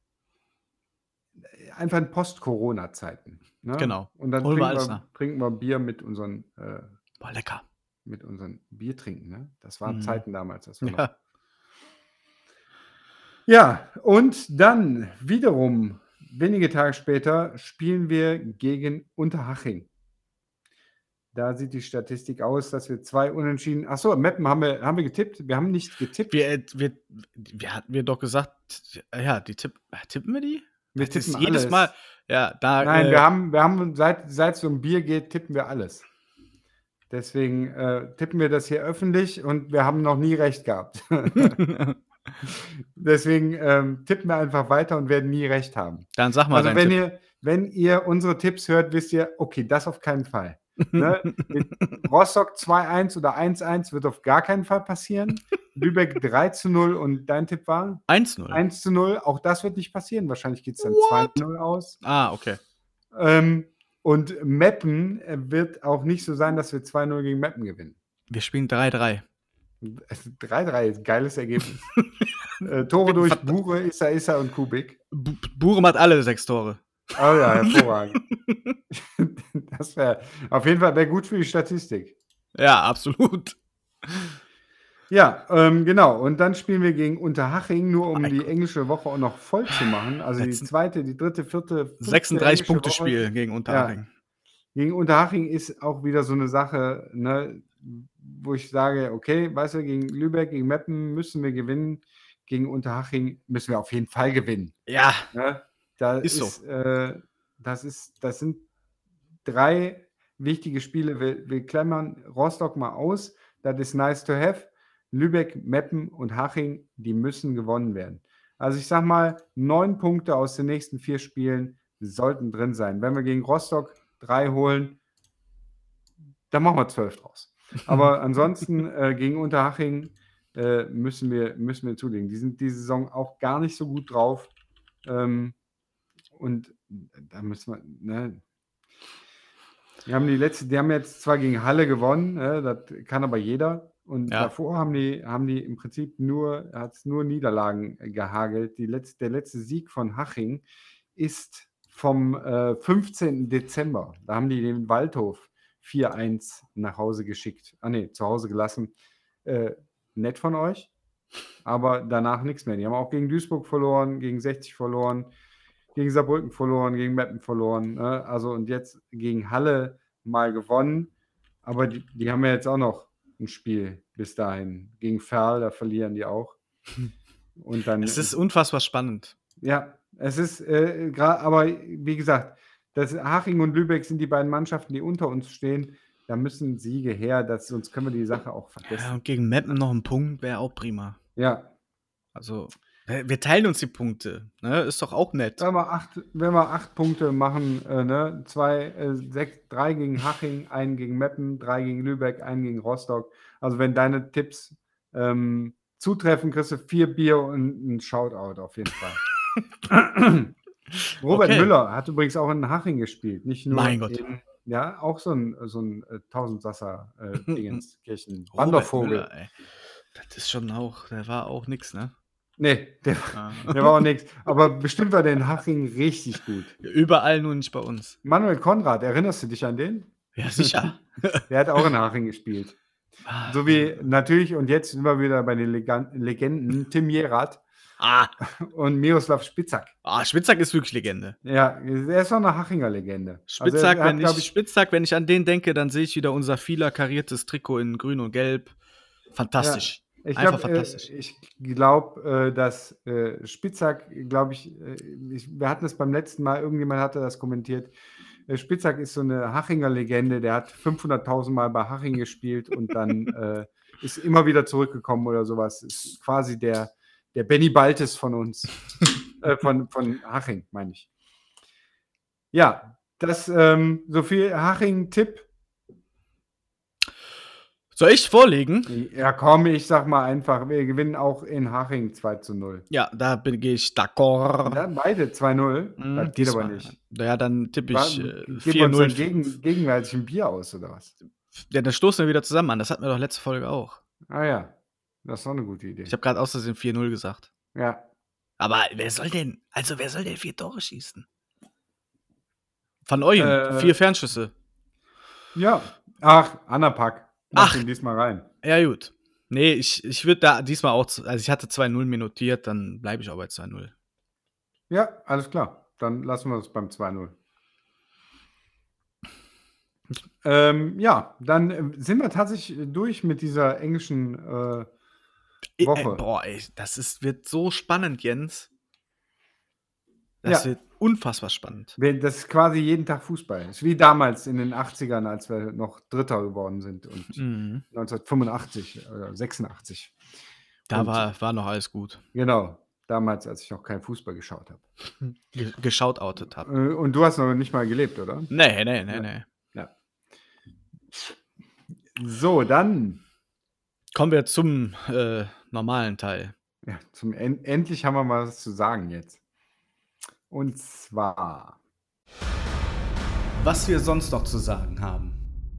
einfach in Post-Corona-Zeiten. Ne? Genau. Und dann Holen wir trinken alles wir, nach. trinken wir Bier mit unseren, äh, boah, lecker. mit unseren Bier trinken. Ne? Das waren Mhm. Zeiten damals. Das war noch- Ja. Ja, und dann wiederum, wenige Tage später, spielen wir gegen Unterhaching. Da sieht die Statistik aus, dass wir zwei Unentschieden. Achso, Meppen haben wir, haben wir getippt. Wir haben nicht getippt. Wir, äh, wir, wir hatten wir doch gesagt, ja, die tipp, äh, tippen wir die? Wir Das ist tippen jedes alles. Mal, ja, da. Nein, äh, wir haben, wir haben seit, seit es um Bier geht, tippen wir alles. Deswegen äh, tippen wir das hier öffentlich und wir haben noch nie recht gehabt. Deswegen ähm, tippen wir einfach weiter und werden nie recht haben. Dann sag mal Also deinen wenn Tipp. ihr, wenn ihr unsere Tipps hört, wisst ihr, okay, das auf keinen Fall. Ne? Mit Rostock zwei eins oder eins eins wird auf gar keinen Fall passieren. Lübeck drei zu null und dein Tipp war? eins null. eins zu null, auch das wird nicht passieren. Wahrscheinlich geht es dann zwei zu null aus. Ah, okay. Ähm, und Meppen äh, wird auch nicht so sein, dass wir zwei null gegen Meppen gewinnen. Wir spielen drei drei. Also drei drei ist ein geiles Ergebnis. äh, Tore durch Bure, Issa Issa und Kubik. Bu- Burem hat alle sechs Tore. Oh ja, hervorragend. Das wäre auf jeden Fall wär gut für die Statistik. Ja, absolut. Ja, ähm, genau. Und dann spielen wir gegen Unterhaching, nur um Mein die Gott. englische Woche auch noch voll zu machen. Also die Letzten- zweite, die dritte, vierte, fünfte sechsunddreißig englische Punkte Woche. Spiel gegen Unterhaching. Gegen Unterhaching ist auch wieder so eine Sache, ne, wo ich sage, okay, weißt du, gegen Lübeck, gegen Meppen müssen wir gewinnen. Gegen Unterhaching müssen wir auf jeden Fall gewinnen. Ja, Ne? Da Ist ist, so. äh, das ist, das sind drei wichtige Spiele. Wir, wir klammern Rostock mal aus. Das ist nice to have. Lübeck, Meppen und Haching, die müssen gewonnen werden. Also ich sag mal, neun Punkte aus den nächsten vier Spielen sollten drin sein. Wenn wir gegen Rostock drei holen, dann machen wir zwölf draus. Aber ansonsten äh, gegen Unterhaching äh, müssen, wir, müssen wir zulegen. Die sind diese Saison auch gar nicht so gut drauf. Ähm, und da müssen wir, ne? Die haben die letzte, die haben jetzt zwar gegen Halle gewonnen, ne? Das kann aber jeder. Und Ja. davor haben die, haben die im Prinzip nur, hat es nur Niederlagen gehagelt. Die letzte, der letzte Sieg von Haching ist vom äh, fünfzehnten Dezember. Da haben die den Waldhof vier eins nach Hause geschickt. Ah ne, zu Hause gelassen. Äh, nett von euch, aber danach nichts mehr. Die haben auch gegen Duisburg verloren, gegen sechzig verloren, gegen Saarbrücken verloren, gegen Meppen verloren, ne? Also und jetzt gegen Halle mal gewonnen, aber die die haben ja jetzt auch noch ein Spiel bis dahin. Gegen Verl, da verlieren die auch. Und dann Es ist unfassbar spannend. ja, es ist, äh, gra aber wie gesagt, das Haching und Lübeck sind die beiden Mannschaften, die unter uns stehen. Da müssen Siege her, das sonst können wir die Sache auch Ja, vergessen. und gegen Meppen noch 'n Punkt wäre auch prima. Ja. Also, äh, wir teilen uns die Punkte, ne? Ist doch auch nett. Wenn wir acht wenn wir acht Punkte machen, äh, ne, zwei, äh, sechs drei gegen Haching, einen gegen Meppen, drei gegen Lübeck, einen gegen Rostock. Also, wenn deine Tipps, ähm, zutreffen, kriegst du vier Bier und 'n Shoutout auf jeden Fall. Robert Okay. Müller hat übrigens auch in Haching gespielt, nicht nur Mein Gott. in ja, auch so 'n so 'n, äh, Tausendsasser, äh, Dingenskirchen Robert Wandervogel. Müller, ey. Das ist schon auch der war auch nix, ne? Ne, der Ah. der war auch nix. Aber bestimmt war der in Haching richtig gut. Überall, nur nicht bei uns. Manuel Konrad, erinnerst du dich an den? Ja, sicher. Der hat auch in Haching gespielt. Ah, So wie natürlich und jetzt sind wir wieder bei den Legan Legenden, Tim Jerath Ah, und Miroslav Spitzak. ah, Spitzak ist wirklich Legende. Ja, er ist auch 'ne Hachinger Legende. Also, Spitzak, er hat, wenn glaube ich ich Spitzak, wenn ich an den denke, dann sehe ich wieder unser vieler kariertes Trikot in grün und gelb. ja, Fantastisch. ich Einfach glaube, äh, fantastisch. ich glaube, äh, dass, äh, Spitzak, glaube ich, äh, ich wir hatten es beim letzten Mal, irgendjemand hatte das kommentiert. Äh, Spitzak ist so 'ne Hachinger Legende, der hat fünfhunderttausend Mal bei Haching gespielt und dann, äh, ist immer wieder zurückgekommen oder so was. Ist quasi der der Benny Baltes von uns. Äh, von von Haching, meine ich. Ja, das, ähm, so viel Haching-Tipp. Soll ich vorlegen? Ja, komm, ich sage mal einfach, wir gewinnen auch in Haching zwei zu null. Ja, da bin gehe ich d'accord. Ja, beide zwei null. Hm, Das geht aber diesmal. nicht. Ja, dann tippe Wa ich, äh, geben wir vier uns null. dann gegen gegenseitig 'n Bier aus oder was? Ja, dann stoßen wir wieder zusammen an. Das hatten wir doch letzte Folge auch. Ah ja, das ist doch 'ne gute Idee. Ich habe grad aus Versehen vier null gesagt. Ja. Aber wer soll denn also, wer soll denn vier Tore schießen? Van Ooyen, Äh. vier Fernschüsse. Ja. Ach, Anapak. Mach Ach. ihn diesmal rein. Ja, gut. Ne, ich ich würde da diesmal auch z also, ich hatte zwei null mir notiert, dann bleibe ich auch bei zwei null. Ja, alles klar. Dann lassen wir es beim zwei null. Ähm, ja, dann, äh, sind wir tatsächlich durch mit dieser englischen, äh, Äh, Woche. boah, ey, das ist wird so spannend, Jens. Das Ja. wird unfassbar spannend. We das ist quasi jeden Tag Fußball. Ist wie damals in den achtzigern, als wir noch Dritter geworden sind und Mhm. neunzehnhundertfünfundachtzig oder sechsundachtzig. Da Und war war noch alles gut. genau, damals, als ich noch keinen Fußball geschaut habe. Ge geshoutoutet habe. Äh, und du hast noch nicht mal gelebt, oder? Ne, ne, ne, Ja. ne. Ja. So, dann Kommen wir zum, äh, normalen Teil. ja, zum en endlich haben wir mal was zu sagen jetzt. Und zwar Was wir sonst noch zu sagen haben.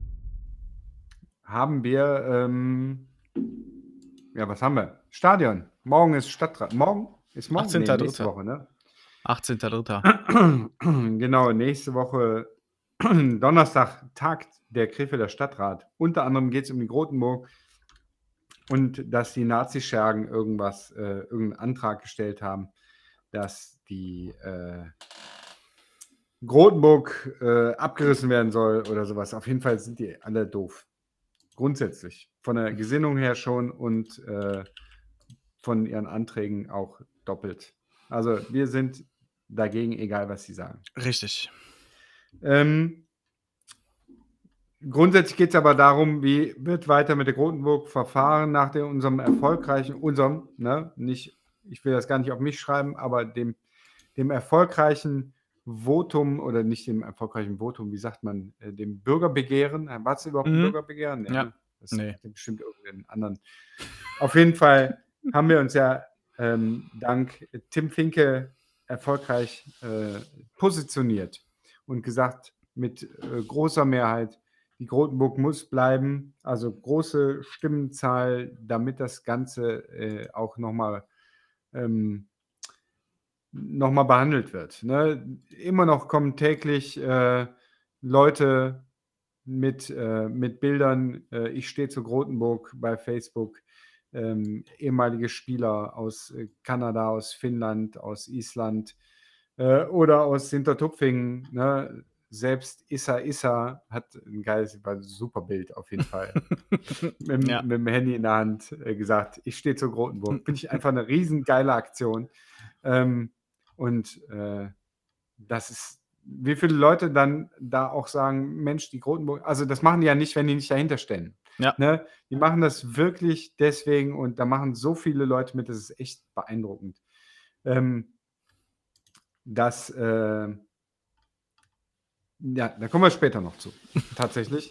haben wir, ähm ja, was haben wir? Stadion. Morgen ist Stadtrat morgen? Ist morgen? Ne, achtzehnter nächste Dritter Woche, ne? achtzehnter Dritter Genau, nächste Woche Donnerstag tagt der Krefelder Stadtrat. Unter anderem geht's um die Grotenburg und dass die Nazischergen irgendwas äh, irgend 'n Antrag gestellt haben, dass die, äh, Grotenburg, äh, abgerissen werden soll oder so was. Auf jeden Fall sind die alle doof. Grundsätzlich. Von der Gesinnung her schon und, äh, von ihren Anträgen auch doppelt. Also, wir sind dagegen, egal was sie sagen. Richtig. Ähm grundsätzlich geht's aber darum, wie wird weiter mit der Grotenburg verfahren nach de unserem erfolgreichen unserem, ne, nicht ich will das gar nicht auf mich schreiben, aber dem dem erfolgreichen Votum oder nicht dem erfolgreichen Votum, wie sagt man, äh, dem Bürgerbegehren. Äh, war's überhaupt 'n Mhm. Bürgerbegehren? Ne, Ja. ne? Das Ne. hatte bestimmt irgendeinen anderen. Auf jeden Fall haben wir uns ja, ähm, dank Tim Finke erfolgreich, äh, positioniert und gesagt mit, äh, großer Mehrheit, die Grotenburg muss bleiben, also große Stimmenzahl, damit das Ganze, äh, auch noch mal ähm, noch mal behandelt wird, ne? Immer noch kommen täglich, äh, Leute mit, äh, mit Bildern, äh, ich stehe zu Grotenburg bei Facebook, ähm, ehemalige Spieler aus äh, Kanada, aus Finnland, aus Island äh, oder aus Hintertupfingen. Ne? Selbst Issa Issa hat ein geiles, war ein super Bild auf jeden Fall. mit, dem- Ja. mit dem Handy in der Hand äh, gesagt, ich stehe zu Grotenburg. Finde ich einfach eine riesen geile Aktion. Ähm, und äh, das ist, wie viele Leute dann da auch sagen, Mensch, die Grotenburg, also das machen die ja nicht, wenn die nicht dahinter stehen. Ja. Ne? Die machen das wirklich deswegen und da machen so viele Leute mit, das ist echt beeindruckend. Ähm, das, äh, ja, da kommen wir später noch zu, tatsächlich.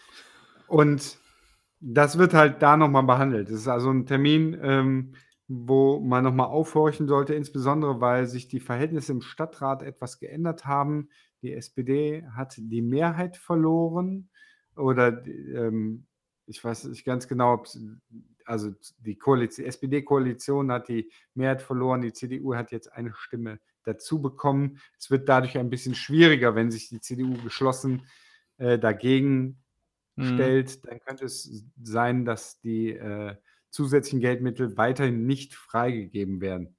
Und das wird halt da nochmal behandelt. Das ist also ein Termin, ähm, wo man nochmal aufhorchen sollte, insbesondere weil sich die Verhältnisse im Stadtrat etwas geändert haben. Die S P D hat die Mehrheit verloren oder die, ähm, ich weiß nicht ganz genau, ob also die Koalition, S P D-Koalition hat die Mehrheit verloren, die C D U hat jetzt eine Stimme dazu bekommen. Es wird dadurch ein bisschen schwieriger, wenn sich die C D U geschlossen äh, dagegen Mhm. stellt, dann könnte es sein, dass die äh, zusätzlichen Geldmittel weiterhin nicht freigegeben werden.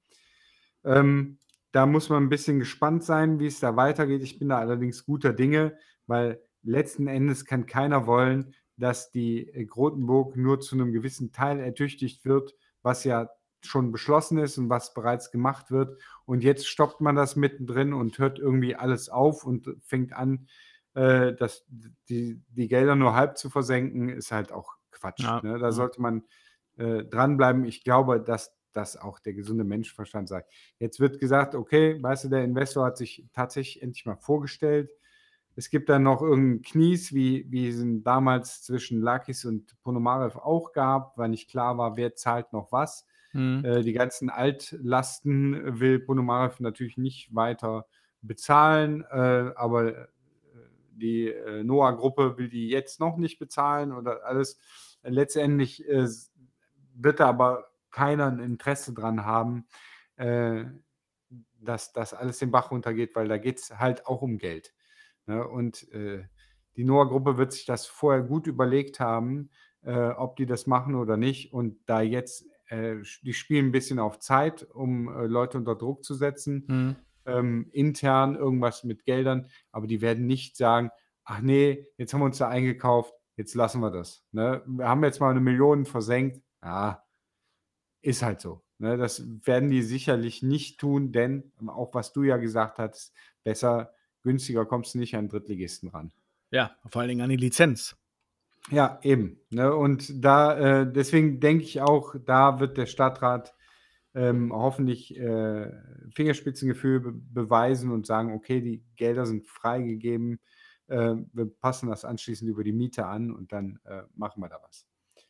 Ähm, da muss man ein bisschen gespannt sein, wie es da weitergeht. Ich bin da allerdings guter Dinge, weil letzten Endes kann keiner wollen, dass die äh, Grotenburg nur zu einem gewissen Teil ertüchtigt wird, was ja schon beschlossen ist und was bereits gemacht wird. Und jetzt stoppt man das mittendrin und hört irgendwie alles auf und fängt an, äh, das, die, die Gelder nur halb zu versenken, ist halt auch Quatsch. Ja, Ne? Da ja. sollte man äh, dranbleiben. Ich glaube, dass das auch der gesunde Menschenverstand sagt. Jetzt wird gesagt, okay, weißt du, der Investor hat sich tatsächlich endlich mal vorgestellt. Es gibt dann noch irgendeinen Knies, wie, wie es ihn damals zwischen Lakis und Ponomarev auch gab, weil nicht klar war, wer zahlt noch was. Mhm. Äh, die ganzen Altlasten will Ponomarev natürlich nicht weiter bezahlen, äh, aber äh, die äh, Noah-Gruppe will die jetzt noch nicht bezahlen oder alles. Letztendlich äh, wird da aber keiner ein Interesse dran haben, äh, dass das alles den Bach runtergeht, weil da geht es halt auch um Geld. Ne? Und äh, die Noah-Gruppe wird sich das vorher gut überlegt haben, äh, ob die das machen oder nicht. Und da jetzt, äh, die spielen ein bisschen auf Zeit, um äh, Leute unter Druck zu setzen, Mhm. ähm, intern irgendwas mit Geldern, aber die werden nicht sagen, ach nee, jetzt haben wir uns da eingekauft, jetzt lassen wir das. Ne? Wir haben jetzt mal eine Million versenkt, ja, ist halt so. Ne? Das werden die sicherlich nicht tun, denn auch was du ja gesagt hast, besser, günstiger kommst du nicht an Drittligisten ran. Ja, vor allen Dingen an die Lizenz. Ja, eben. Ne? Und da, äh, deswegen denke ich auch, da wird der Stadtrat ähm, hoffentlich äh, Fingerspitzengefühl be beweisen und sagen, okay, die Gelder sind freigegeben, äh, wir passen das anschließend über die Miete an und dann äh, machen wir da was.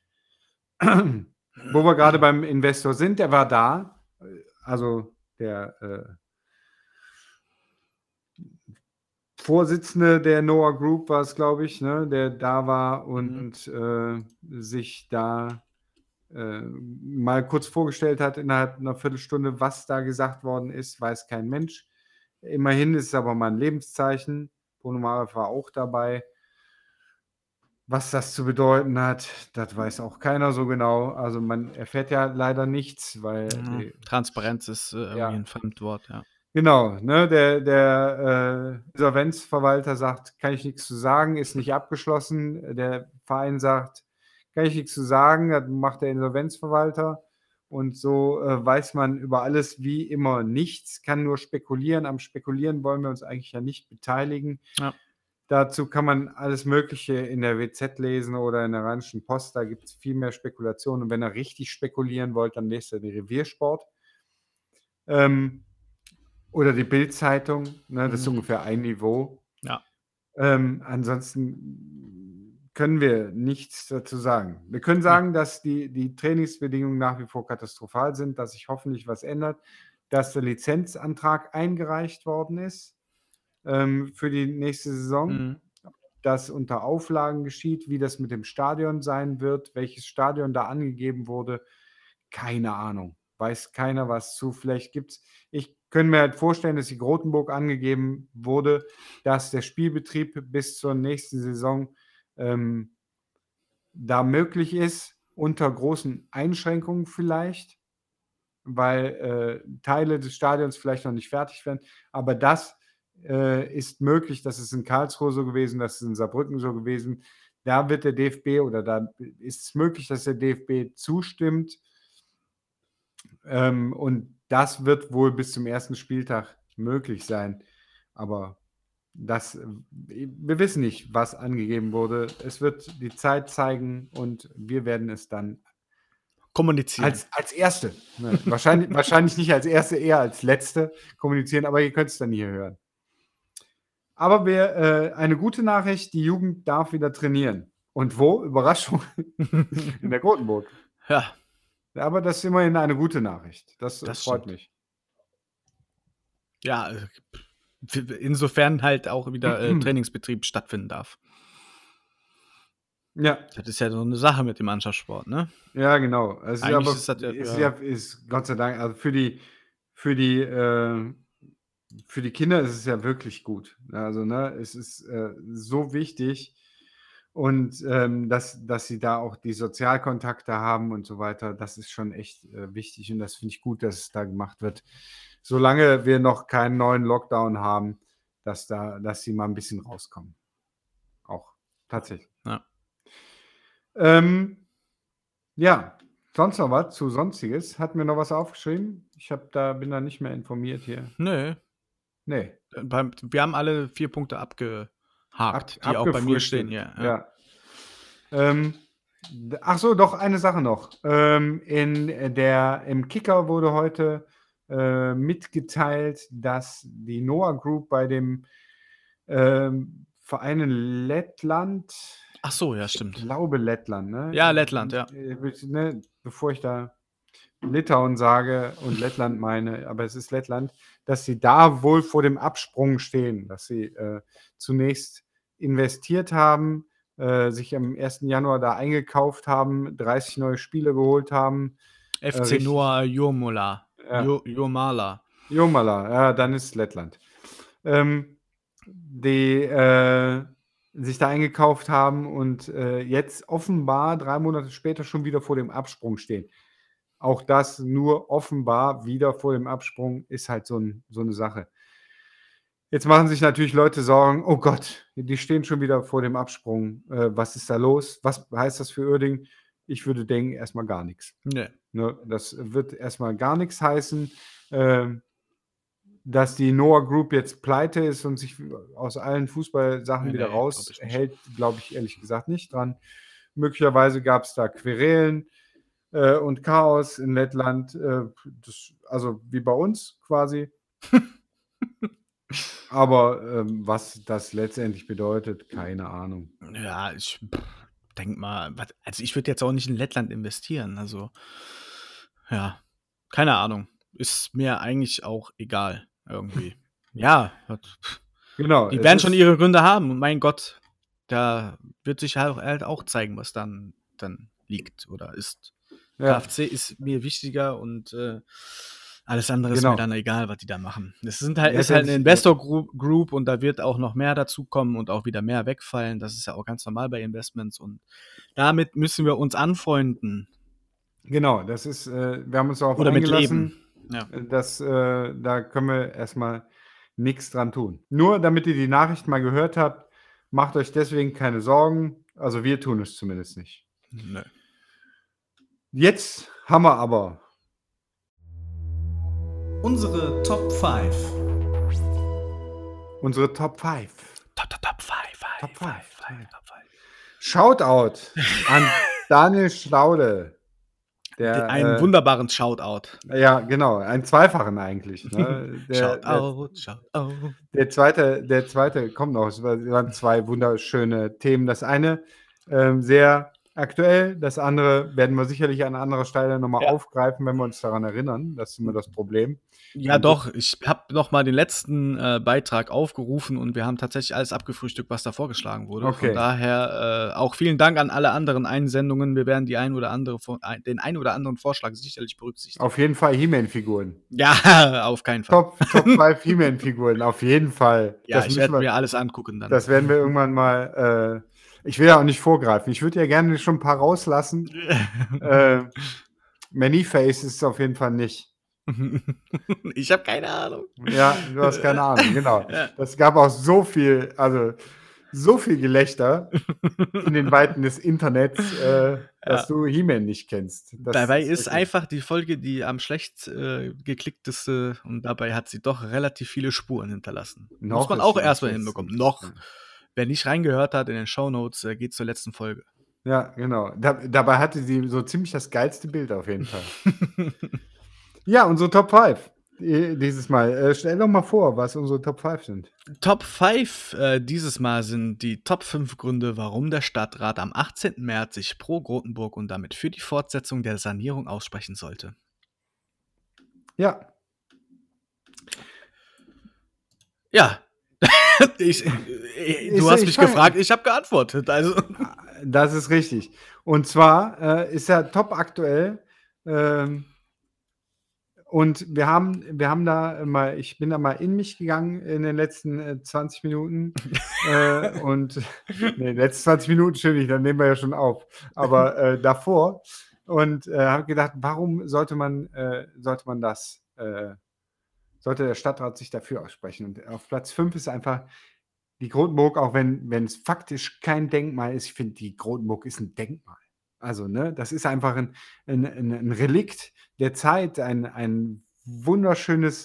Wo wir gerade beim Investor sind, der war da, äh, also der äh, Vorsitzende der Noah Group war es, glaube ich, ne, der da war und äh, sich da äh, mal kurz vorgestellt hat innerhalb einer Viertelstunde, was da gesagt worden ist, weiß kein Mensch. Immerhin ist es aber mal ein Lebenszeichen. Ponomarev war auch dabei. Was das zu bedeuten hat, das weiß auch keiner so genau. Also man erfährt ja leider nichts, weil Ja, die, Transparenz ist äh, irgendwie Ja. ein Fremdwort, ja. genau, ne, der, der äh, Insolvenzverwalter sagt, kann ich nichts zu sagen, ist nicht abgeschlossen. Der Verein sagt, kann ich nichts zu sagen, das macht der Insolvenzverwalter. Und so äh, weiß man über alles wie immer nichts, kann nur spekulieren. Am Spekulieren wollen wir uns eigentlich ja nicht beteiligen. Ja. Dazu kann man alles Mögliche in der W Z lesen oder in der Rheinischen Post. Da gibt es viel mehr Spekulationen. Und wenn ihr richtig spekulieren wollt, dann lest ihr den Reviersport. Ähm, oder die Bild-Zeitung, ne, das ist Mhm. ungefähr ein Niveau. Ja. Ähm, ansonsten können wir nichts dazu sagen. Wir können sagen, dass die, die Trainingsbedingungen nach wie vor katastrophal sind, dass sich hoffentlich was ändert, dass der Lizenzantrag eingereicht worden ist ähm, für die nächste Saison, Mhm. dass unter Auflagen geschieht, wie das mit dem Stadion sein wird, welches Stadion da angegeben wurde, keine Ahnung. Weiß keiner was zu. Vielleicht gibt es, ich könnte mir halt vorstellen, dass die Grotenburg angegeben wurde, dass der Spielbetrieb bis zur nächsten Saison ähm, da möglich ist, unter großen Einschränkungen vielleicht, weil äh, Teile des Stadions vielleicht noch nicht fertig werden. Aber das äh, ist möglich. Das ist in Karlsruhe so gewesen, das ist in Saarbrücken so gewesen. Da wird der D F B oder da ist es möglich, dass der D F B zustimmt. Ähm, und das wird wohl bis zum ersten Spieltag möglich sein. Aber das, wir wissen nicht, was angegeben wurde. Es wird die Zeit zeigen und wir werden es dann Kommunizieren. als, als Erste, ne, wahrscheinlich, wahrscheinlich nicht als Erste, eher als Letzte kommunizieren, aber ihr könnt es dann hier hören. Aber wir, äh, eine gute Nachricht, die Jugend darf wieder trainieren. Und wo? Überraschung, in der Grotenburg. Ja, Aber das ist immerhin eine gute Nachricht. Das, Das freut stimmt. mich. ja, äh, insofern halt auch wieder äh, Trainingsbetrieb stattfinden darf. Ja, Das ist ja so eine Sache mit dem Mannschaftssport, ne? ja, genau. Es ist Eigentlich aber, ist das ja- ist, ja. ja, ist Gott sei Dank, also für die, für die, äh, für die Kinder ist es ja wirklich gut. Also, ne, es ist äh, so wichtig und ähm, dass, dass sie da auch die Sozialkontakte haben und so weiter, das ist schon echt äh, wichtig und das finde ich gut, dass es da gemacht wird. Solange wir noch keinen neuen Lockdown haben, dass da, dass sie mal ein bisschen rauskommen. Auch tatsächlich. Ja. Ähm, ja, sonst noch was zu Sonstiges? Hat mir noch was aufgeschrieben? Ich hab da, bin da nicht mehr informiert hier. Nö. Nee. Äh, beim- Wir haben alle vier Punkte abgehakt, Ab, die auch bei mir abgefrühstückt. stehen. Ja, ja. Ja. Ähm, d- ach so, doch eine Sache noch. Ähm, in der, Im Kicker wurde heute äh, mitgeteilt, dass die Noah Group bei dem ähm, Verein in Lettland, Ach so, ja, ich stimmt. glaube Lettland, ne? Ja, Lettland, ja. Äh, ne, Bevor ich da Litauen sage und Lettland meine, aber es ist Lettland, dass sie da wohl vor dem Absprung stehen, dass sie äh, zunächst investiert haben, äh, sich am ersten Januar da eingekauft haben, dreißig neue Spiele geholt haben. F Äh, C richtig. Noah Jomala. Ja. Jo- Jomala. Jomala, ja, dann ist es Lettland. Ähm, die äh, sich da eingekauft haben und äh, jetzt offenbar drei Monate später schon wieder vor dem Absprung stehen. Auch das nur offenbar wieder vor dem Absprung ist halt so, ein, so eine Sache. Jetzt machen sich natürlich Leute Sorgen, oh Gott, die stehen schon wieder vor dem Absprung. Äh, was ist da los? Was heißt das für Uerdingen? Ich würde denken, erstmal gar nichts. Nee. Ne, das wird erstmal gar nichts heißen. Ähm, dass die Noah Group jetzt pleite ist und sich aus allen Fußballsachen Nee, wieder nee, glaub ich nicht. raushält, glaube ich ehrlich gesagt nicht dran. Möglicherweise gab es da Querelen äh, und Chaos in Lettland, äh, das, also wie bei uns quasi. Aber ähm, was das letztendlich bedeutet, keine Ahnung. Ja, ich denke mal, was- also ich würde jetzt auch nicht in Lettland investieren. Also, ja, keine Ahnung. Ist mir eigentlich auch egal, irgendwie. Ja, was- Genau. die es werden ist- schon ihre Gründe haben. Und mein Gott, da wird sich halt halt auch zeigen, was dann, dann liegt oder ist. Ja, K F C ist mir wichtiger und äh, alles andere ist Genau. mir dann egal, was die da machen. Das sind halt, Ja, ist halt das- eine Investor Group, Group und da wird auch noch mehr dazukommen und auch wieder mehr wegfallen. Das ist ja auch ganz normal bei Investments und damit müssen wir uns anfreunden genau, das ist, äh, wir haben uns auch oder mit eingelassen. leben. Ja. Das, äh, da können wir erstmal nichts dran tun. Nur damit ihr die Nachricht mal gehört habt, macht euch deswegen keine Sorgen. Also wir tun es zumindest nicht. Nö. Jetzt haben wir aber Unsere Top fünf. unsere Top fünf. Top, top, top, five, five, Top five, five. five, top five. Shoutout an Daniel Schlaude. Der, Einen äh, wunderbaren Shoutout. Ja, genau, einen zweifachen eigentlich. Ne? Der, der, Shoutout, Shoutout. der, zweite, der zweite kommt noch. Es waren zwei wunderschöne Themen. Das eine ähm, sehr aktuell, das andere werden wir sicherlich an anderer Stelle nochmal Ja. aufgreifen, wenn wir uns daran erinnern. Das ist immer das Problem. Ja, doch. Ich habe noch mal den letzten äh, Beitrag aufgerufen und wir haben tatsächlich alles abgefrühstückt, was da vorgeschlagen wurde. Okay. Von daher äh, auch vielen Dank an alle anderen Einsendungen. Wir werden die ein oder andere, Vor- ein, den ein oder anderen Vorschlag sicherlich berücksichtigen. Auf jeden Fall He-Man-Figuren. Ja, auf keinen Fall. Top, Top fünf He-Man-Figuren, auf jeden Fall. Ja, das, ich müssen werde wir, mir alles angucken dann. das werden wir irgendwann mal Ich will ja auch nicht vorgreifen. Ich würde ja gerne schon ein paar rauslassen. äh, Manyface ist es auf jeden Fall nicht. Ich habe keine Ahnung. Ja, du hast keine Ahnung, genau. Ja. Das gab auch so viel, also so viel Gelächter in den Weiten des Internets, äh, dass Ja. du He-Man nicht kennst. Das Dabei ist richtig. einfach die Folge die am schlecht äh, geklickteste und dabei hat sie doch relativ viele Spuren hinterlassen. Noch Muss man ist auch sie am erstmal schlechtesten. hinbekommen. Noch. Ja. Wer nicht reingehört hat in den Shownotes, äh, geht zur letzten Folge. Ja, genau. Da, dabei hatte sie so ziemlich das geilste Bild auf jeden Fall. Ja, unsere Top fünf dieses Mal. Äh, stell doch mal vor, was unsere Top fünf sind. Top fünf äh, dieses Mal sind die Top fünf Gründe, warum der Stadtrat am achtzehnten März sich pro Grotenburg und damit für die Fortsetzung der Sanierung aussprechen sollte. Ja. Ja. ich, äh, Ist- du hast ich mich fang- gefragt, ich habe geantwortet. Also. Das ist richtig. Und zwar äh, ist er top aktuell. Ähm, und wir haben, wir haben da mal, ich bin da mal in mich gegangen in den letzten äh, zwanzig Minuten. äh, und nee, letzte zwanzig Minuten stimmt nicht, dann nehmen wir ja schon auf. Aber äh, davor. Und äh, habe gedacht, warum sollte man, äh, sollte man das, äh, sollte der Stadtrat sich dafür aussprechen? Und auf Platz fünf ist einfach die Grotenburg, auch wenn wenn es faktisch kein Denkmal ist, ich finde, die Grotenburg ist ein Denkmal. Also, ne, das ist einfach ein 'n 'n 'n Relikt der Zeit, ein ein wunderschönes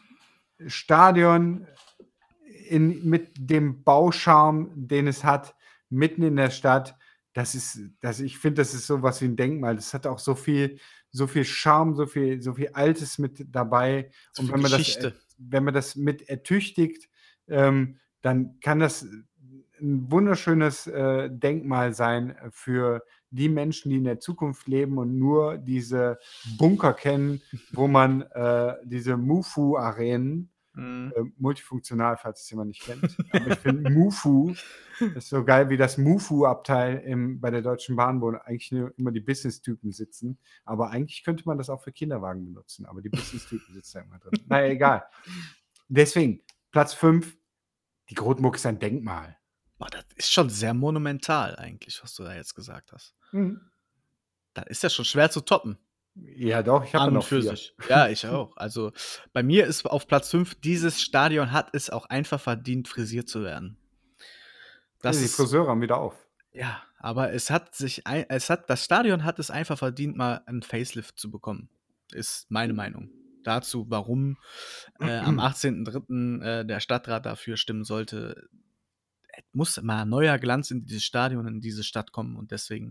Stadion in mit dem Baucharme, den es hat, mitten in der Stadt. Das ist das ich finde, das ist so was wie ein Denkmal. Das hat auch so viel so viel Charme, so viel so viel Altes mit dabei. So Und viel wenn man das Geschichte. äh, wenn man das mit ertüchtigt, ähm, dann kann das ein wunderschönes, äh, Denkmal sein für die Menschen, die in der Zukunft leben und nur diese Bunker kennen, wo man, äh, diese Mufu-Arenen, Mhm. äh, multifunktional, falls es jemand nicht kennt. Aber ich finde Mufu ist so geil wie das Mufu-Abteil im bei der Deutschen Bahn, wo eigentlich nur immer die Business-Typen sitzen. Aber eigentlich könnte man das auch für Kinderwagen benutzen, aber die Business-Typen sitzen da immer drin. Na ja, egal. Deswegen, Platz fünf, die Grotenburg ist ein Denkmal. Boah, das ist schon sehr monumental eigentlich, was du da jetzt gesagt hast. Mhm. Das ist ja schon schwer zu toppen. Ja doch, ich habe ja An und noch für vier. sich. Ja, ich auch. Also bei mir ist auf Platz fünf, dieses Stadion hat es auch einfach verdient, frisiert zu werden. Das Ja, die ist, Friseure haben wieder auf. ja, aber es hat sich, ein, es hat, das Stadion hat es einfach verdient, mal einen Facelift zu bekommen. Ist meine Meinung. Dazu, warum äh, am achtzehnten dritten äh, der Stadtrat dafür stimmen sollte. Es muss mal neuer Glanz in dieses Stadion, in diese Stadt kommen und deswegen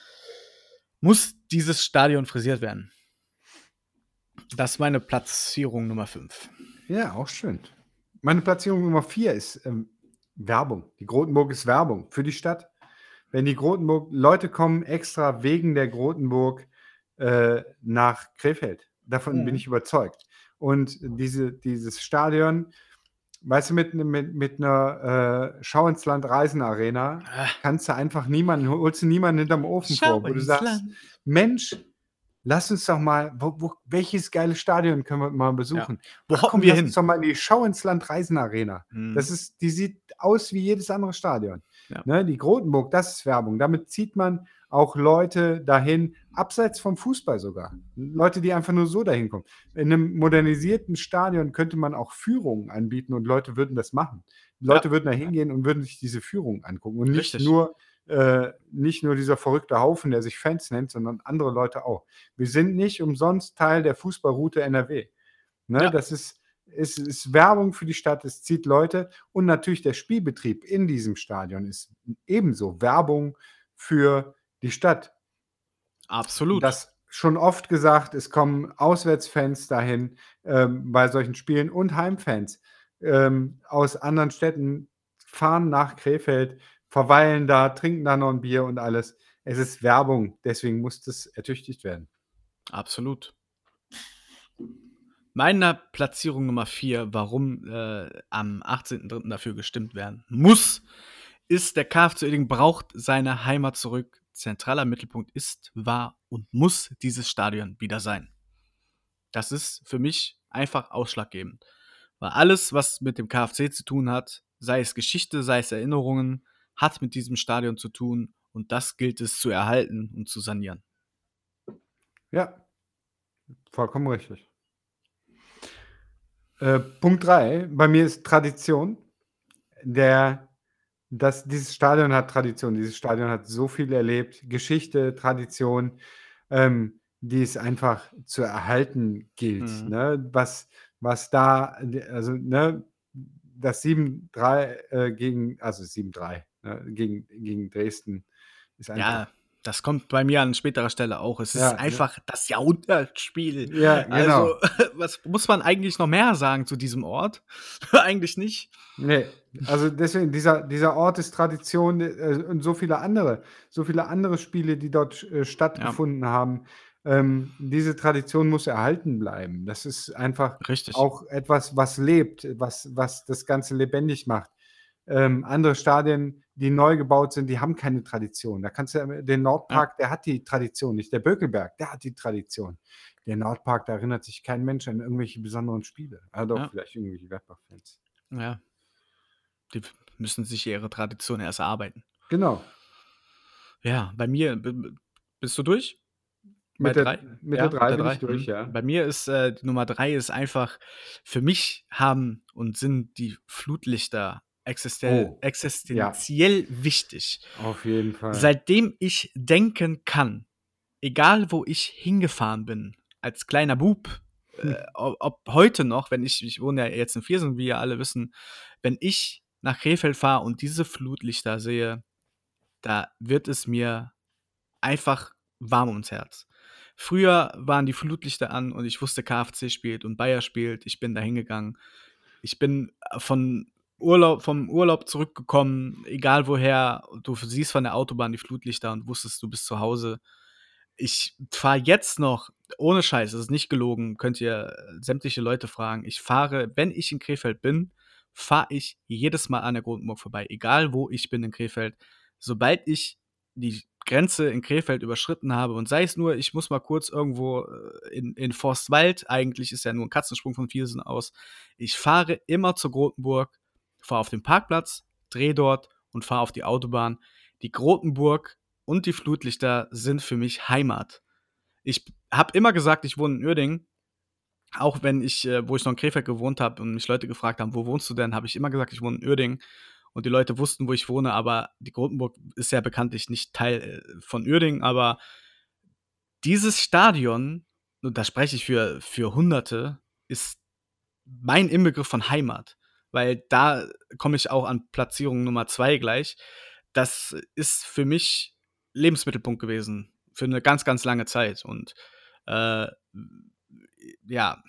muss dieses Stadion frisiert werden. Das ist meine Platzierung Nummer fünf. Ja, auch schön. Meine Platzierung Nummer vier ist ähm, Werbung. Die Grotenburg ist Werbung für die Stadt. Wenn die Grotenburg, Leute kommen extra wegen der Grotenburg äh, nach Krefeld. Davon Mhm. bin ich überzeugt. Und diese, dieses Stadion, weißt du, mit, mit, mit einer äh, Schau ins Land Reisen Arena Ah. kannst du einfach niemanden, holst du niemanden hinterm Ofen vor, wo du sagst, Mensch, lass uns doch mal, wo, wo, welches geile Stadion können wir mal besuchen? Wo Ach, hocken komm, wir lass hin? uns doch mal in die Schau ins Land Reisen Arena. Mhm. Das ist, die sieht aus wie jedes andere Stadion. Ja. Ne, die Grotenburg, das ist Werbung. Damit zieht man auch Leute dahin, abseits vom Fußball sogar. Leute, die einfach nur so dahin kommen. In einem modernisierten Stadion könnte man auch Führungen anbieten und Leute würden das machen. Leute Ja. würden da hingehen und würden sich diese Führungen angucken. Und nicht Richtig. nur, äh, nicht nur dieser verrückte Haufen, der sich Fans nennt, sondern andere Leute auch. Wir sind nicht umsonst Teil der Fußballroute N R W. Ne, Ja. Das ist Es ist Werbung für die Stadt, es zieht Leute und natürlich der Spielbetrieb in diesem Stadion ist ebenso Werbung für die Stadt. Absolut. Das schon oft gesagt, es kommen Auswärtsfans dahin ähm, bei solchen Spielen und Heimfans ähm, aus anderen Städten fahren nach Krefeld, verweilen da, trinken da noch ein Bier und alles. Es ist Werbung, deswegen muss das ertüchtigt werden. Absolut. Meiner Platzierung Nummer vier, warum äh, am achtzehnten dritten dafür gestimmt werden muss, ist, der KfC Uerdingen braucht seine Heimat zurück. Zentraler Mittelpunkt ist, war und muss dieses Stadion wieder sein. Das ist für mich einfach ausschlaggebend. Weil alles, was mit dem KfC zu tun hat, sei es Geschichte, sei es Erinnerungen, hat mit diesem Stadion zu tun und das gilt es zu erhalten und zu sanieren. Ja, vollkommen richtig. Äh, Punkt drei, bei mir ist Tradition. Der, das, dieses Stadion hat Tradition. Dieses Stadion hat so viel erlebt. Geschichte, Tradition, ähm, die es einfach zu erhalten gilt. Mhm. Ne? Was, was da, also ne, das sieben drei äh, gegen, also sieben drei ne, gegen, gegen Dresden ist einfach. Ja, das kommt bei mir an späterer Stelle auch. Es ist Ja, ne? einfach das Jahrhundertspiel. Ja, genau. Also, was muss man eigentlich noch mehr sagen zu diesem Ort? Eigentlich nicht. Nee, also deswegen, dieser, dieser Ort ist Tradition äh, und so viele andere, so viele andere Spiele, die dort äh, stattgefunden haben. Ähm, diese Tradition muss erhalten bleiben. Das ist einfach Richtig. auch etwas, was lebt, was, was das Ganze lebendig macht. Ähm, andere Stadien, die neu gebaut sind, die haben keine Tradition. Da kannst du den Nordpark, der hat die Tradition nicht. Der Bökelberg, der hat die Tradition. Der Nordpark, da erinnert sich kein Mensch an irgendwelche besonderen Spiele. Ah, doch, Ja. vielleicht irgendwelche Gladbach-Fans. Ja. Die müssen sich ihre Tradition erst erarbeiten. Genau. Ja, bei mir, b- b- bist du durch? Bei Mit der, drei? mit Ja, der drei mit bin der ich drei. durch, Hm. ja. Bei mir ist äh, die Nummer drei ist einfach, für mich haben und sind die Flutlichter existen Oh, existenziell wichtig. Auf jeden Fall. Seitdem ich denken kann, egal wo ich hingefahren bin, als kleiner Bub, äh, ob, ob heute noch, wenn ich, ich wohne ja jetzt in Viersen, wie ihr alle wissen, wenn ich nach Krefeld fahre und diese Flutlichter sehe, da wird es mir einfach warm ums Herz. Früher waren die Flutlichter an und ich wusste, K F C spielt und Bayer spielt. Ich bin da hingegangen. Ich bin von Urlaub, vom Urlaub zurückgekommen, egal woher. Du siehst von der Autobahn die Flutlichter und wusstest, du bist zu Hause. Ich fahre jetzt noch, ohne Scheiß, das ist nicht gelogen, könnt ihr sämtliche Leute fragen. Ich fahre, wenn ich in Krefeld bin, fahre ich jedes Mal an der Grotenburg vorbei, egal wo ich bin in Krefeld. Sobald ich die Grenze in Krefeld überschritten habe und sei es nur, ich muss mal kurz irgendwo in, in Forstwald, eigentlich ist ja nur ein Katzensprung von Viersen aus, ich fahre immer zur Grotenburg, fahre auf den Parkplatz, drehe dort und fahre auf die Autobahn. Die Grotenburg und die Flutlichter sind für mich Heimat. Ich habe immer gesagt, ich wohne in Uerdingen, auch wenn ich, äh, wo ich noch in Krefeld gewohnt habe und mich Leute gefragt haben, wo wohnst du denn, habe ich immer gesagt, ich wohne in Uerdingen. Und die Leute wussten, wo ich wohne, aber die Grotenburg ist ja bekanntlich nicht Teil äh, von Uerdingen, aber dieses Stadion, und da spreche ich für, für Hunderte, ist mein Inbegriff von Heimat. Weil da komme ich auch an Platzierung Nummer zwei gleich. Das ist für mich Lebensmittelpunkt gewesen. Für eine ganz, ganz lange Zeit. Und äh, ja,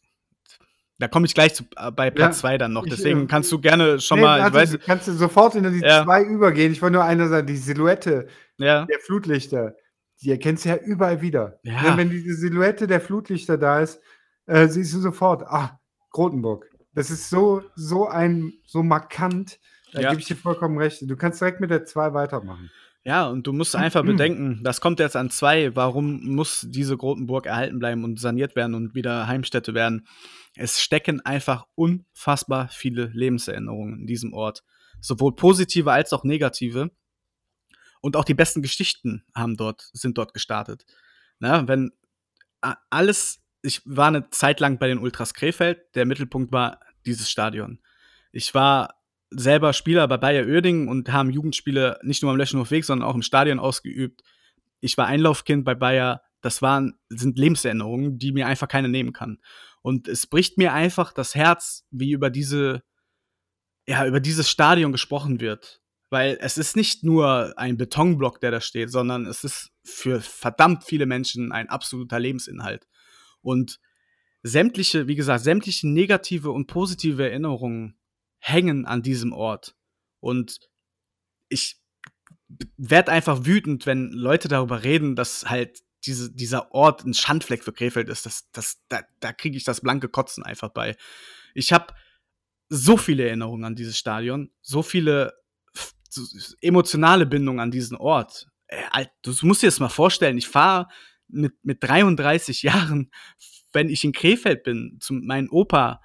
da komme ich gleich zu, äh, bei Platz Ja, zwei dann noch. ich, Deswegen äh, kannst du gerne schon Nee, mal, ich warte, weiß, du kannst du sofort in die Ja. zwei übergehen. Ich wollte nur einer sagen, die Silhouette ja, der Flutlichter, die erkennst du ja überall wieder. Ja. Ne, wenn diese Silhouette der Flutlichter da ist, äh, siehst du sofort, ah, Grotenburg. Das ist so, so ein, so markant. Da Ja. gebe ich dir vollkommen recht. Du kannst direkt mit der zwei weitermachen. Ja, und du musst einfach bedenken, das kommt jetzt an zwei, warum muss diese Grotenburg erhalten bleiben und saniert werden und wieder Heimstätte werden? Es stecken einfach unfassbar viele Lebenserinnerungen in diesem Ort. Sowohl positive als auch negative. Und auch die besten Geschichten haben dort, sind dort gestartet. Na, wenn a- alles, ich war eine Zeit lang bei den Ultras Krefeld, der Mittelpunkt war dieses Stadion. Ich war selber Spieler bei Bayer Uerdingen und haben Jugendspiele nicht nur am Löschenhofweg, sondern auch im Stadion ausgeübt. Ich war Einlaufkind bei Bayer. Das waren, sind Lebenserinnerungen, die mir einfach keiner nehmen kann. Und es bricht mir einfach das Herz, wie über diese, ja, über dieses Stadion gesprochen wird. Weil es ist nicht nur ein Betonblock, der da steht, sondern es ist für verdammt viele Menschen ein absoluter Lebensinhalt. Und sämtliche, wie gesagt, sämtliche negative und positive Erinnerungen hängen an diesem Ort. Und ich werde einfach wütend, wenn Leute darüber reden, dass halt diese, dieser Ort ein Schandfleck für Krefeld ist. Das, das, da da kriege ich das blanke Kotzen einfach bei. Ich habe so viele Erinnerungen an dieses Stadion, so viele f- so emotionale Bindungen an diesen Ort. Äh, Du musst dir das mal vorstellen, ich fahre mit, mit dreiunddreißig Jahren, wenn ich in Krefeld bin, zu meinem Opa,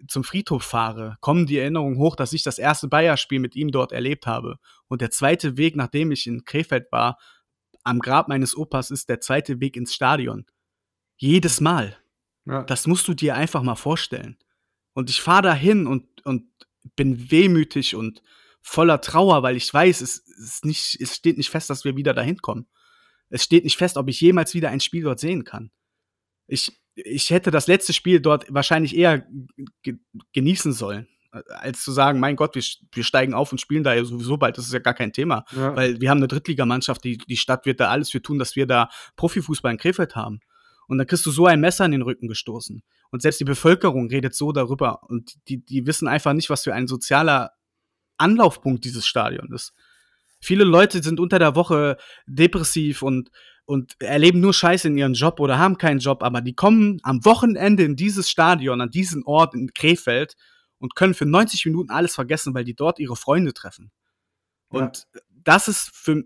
zum Friedhof fahre, kommen die Erinnerungen hoch, dass ich das erste Bayern-Spiel mit ihm dort erlebt habe. Und der zweite Weg, nachdem ich in Krefeld war, am Grab meines Opas, ist der zweite Weg ins Stadion. Jedes Mal. Ja. Das musst du dir einfach mal vorstellen. Und ich fahre da hin und, und bin wehmütig und voller Trauer, weil ich weiß, es, ist nicht, es steht nicht fest, dass wir wieder dahin kommen. Es steht nicht fest, ob ich jemals wieder ein Spiel dort sehen kann. Ich, ich hätte das letzte Spiel dort wahrscheinlich eher ge- genießen sollen, als zu sagen, mein Gott, wir, wir steigen auf und spielen da ja sowieso bald. Das ist ja gar kein Thema. Ja. Weil wir haben eine Drittligamannschaft, die, die Stadt wird da alles für tun, dass wir da Profifußball in Krefeld haben. Und dann kriegst du so ein Messer in den Rücken gestoßen. Und selbst die Bevölkerung redet so darüber. Und die, die wissen einfach nicht, was für ein sozialer Anlaufpunkt dieses Stadion ist. Viele Leute sind unter der Woche depressiv und, und erleben nur Scheiße in ihrem Job oder haben keinen Job, aber die kommen am Wochenende in dieses Stadion, an diesen Ort in Krefeld und können für neunzig Minuten alles vergessen, weil die dort ihre Freunde treffen. Und ja. das ist für,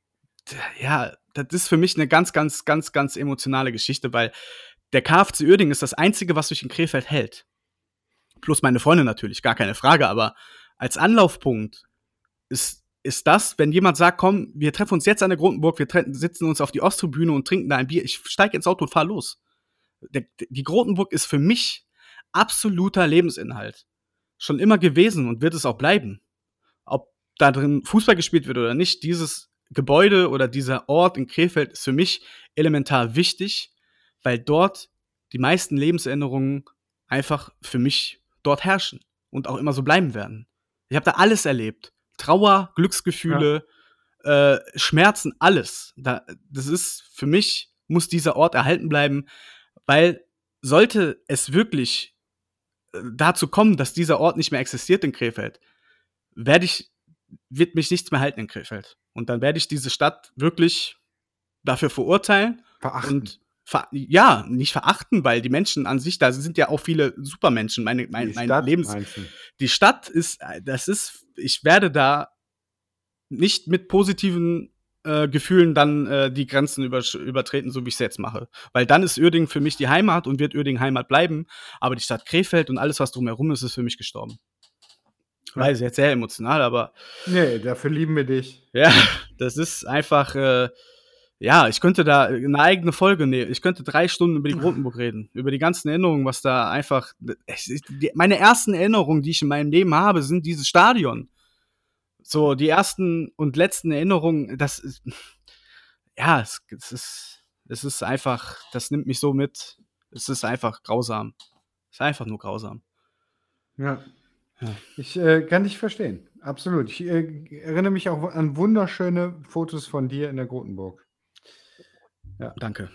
ja, das ist für mich eine ganz, ganz, ganz, ganz emotionale Geschichte, weil der KfC Uerdingen ist das Einzige, was mich in Krefeld hält. Plus meine Freunde natürlich, gar keine Frage, aber als Anlaufpunkt ist, ist das, wenn jemand sagt, komm, wir treffen uns jetzt an der Grotenburg, wir tre- sitzen uns auf die Osttribüne und trinken da ein Bier, ich steige ins Auto und fahr los. Der, die Grotenburg ist für mich absoluter Lebensinhalt. Schon immer gewesen und wird es auch bleiben. Ob da drin Fußball gespielt wird oder nicht, dieses Gebäude oder dieser Ort in Krefeld ist für mich elementar wichtig, weil dort die meisten Lebenserinnerungen einfach für mich dort herrschen und auch immer so bleiben werden. Ich habe da alles erlebt. Trauer, Glücksgefühle, ja. äh, Schmerzen, alles. Da, das ist, für mich muss dieser Ort erhalten bleiben, weil sollte es wirklich äh, dazu kommen, dass dieser Ort nicht mehr existiert in Krefeld, werde ich, wird mich nichts mehr halten in Krefeld. Und dann werde ich diese Stadt wirklich dafür verurteilen. Verachten. Und ver- ja, nicht verachten, weil die Menschen an sich, da sind ja auch viele Supermenschen. Meine, mein, Die mein Stadt, Lebens, meinst du? die Stadt ist, das ist, ich werde da nicht mit positiven äh, Gefühlen dann äh, die Grenzen übersch- übertreten, so wie ich es jetzt mache. Weil dann ist Uerdingen für mich die Heimat und wird Uerdingen Heimat bleiben. Aber die Stadt Krefeld und alles, was drumherum ist, ist für mich gestorben. Ich Ja. weiß, jetzt sehr emotional, aber Nee, dafür lieben wir dich. ja, das ist einfach, äh, ja, ich könnte da eine eigene Folge nehmen. Ich könnte drei Stunden über die Grotenburg reden. Über die ganzen Erinnerungen, was da einfach, es ist, die, meine ersten Erinnerungen, die ich in meinem Leben habe, sind dieses Stadion. So, die ersten und letzten Erinnerungen, das ist, ja, es, es ist, es ist einfach, das nimmt mich so mit. Es ist einfach grausam. Es ist einfach nur grausam. Ja. Ja. Ich äh, kann dich verstehen. Absolut. Ich äh, erinnere mich auch an wunderschöne Fotos von dir in der Grotenburg. Ja. Danke.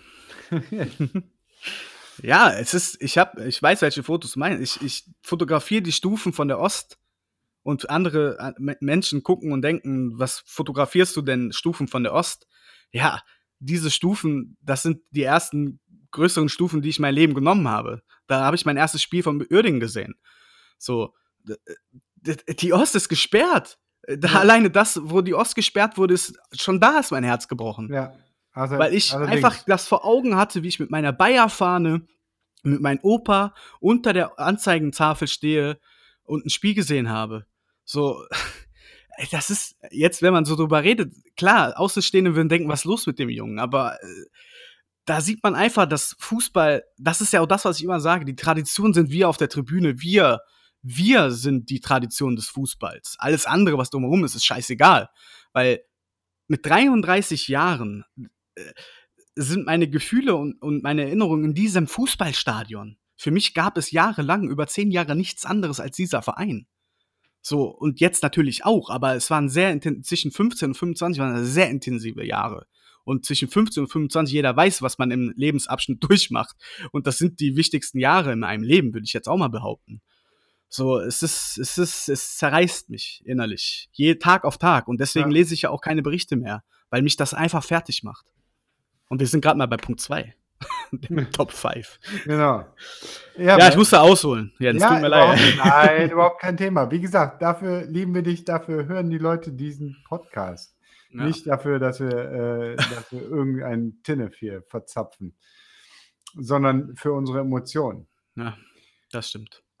Ja, es ist, ich hab, ich weiß, welche Fotos du meinst. Ich, ich fotografiere die Stufen von der Ost und andere äh, M- Menschen gucken und denken, was fotografierst du denn Stufen von der Ost? Ja, diese Stufen, das sind die ersten größeren Stufen, die ich in mein Leben genommen habe. Da habe ich mein erstes Spiel von Uerdingen gesehen. So, d- d- die Ost ist gesperrt. Da Ja. alleine das, wo die Ost gesperrt wurde, ist schon da ist mein Herz gebrochen. Ja. Also, Weil ich allerdings. einfach das vor Augen hatte, wie ich mit meiner Bayer-Fahne, mit meinem Opa unter der Anzeigentafel stehe und ein Spiel gesehen habe. So, ey, das ist jetzt, wenn man so drüber redet, klar, Außenstehende würden denken, was ist los mit dem Jungen? Aber äh, da sieht man einfach, dass Fußball, das ist ja auch das, was ich immer sage, die Tradition sind wir auf der Tribüne, wir, wir sind die Tradition des Fußballs. Alles andere, was drumherum ist, ist scheißegal. Weil mit dreiunddreißig Jahren äh, sind meine Gefühle und, und meine Erinnerungen in diesem Fußballstadion. Für mich gab es jahrelang, über zehn Jahre, nichts anderes als dieser Verein. So, und jetzt natürlich auch, aber es waren sehr, inten- zwischen fünfzehn und fünfundzwanzig waren das sehr intensive Jahre. Und zwischen fünfzehn und fünfundzwanzig, jeder weiß, was man im Lebensabschnitt durchmacht. Und das sind die wichtigsten Jahre in einem Leben, würde ich jetzt auch mal behaupten. So, es ist, es ist, es zerreißt mich innerlich. Je Tag auf Tag. Und deswegen Ja. lese ich ja auch keine Berichte mehr, weil mich das einfach fertig macht. Und wir sind gerade mal bei Punkt zwei. Top fünf. Genau. Ja, ich musste ausholen. Jens, ja, tut mir überhaupt, leid. Nein, überhaupt kein Thema. Wie gesagt, dafür lieben wir dich, dafür hören die Leute diesen Podcast. Ja. Nicht dafür, dass wir, äh, dass wir irgendeinen Tinnef hier verzapfen, sondern für unsere Emotionen. Ja, das stimmt.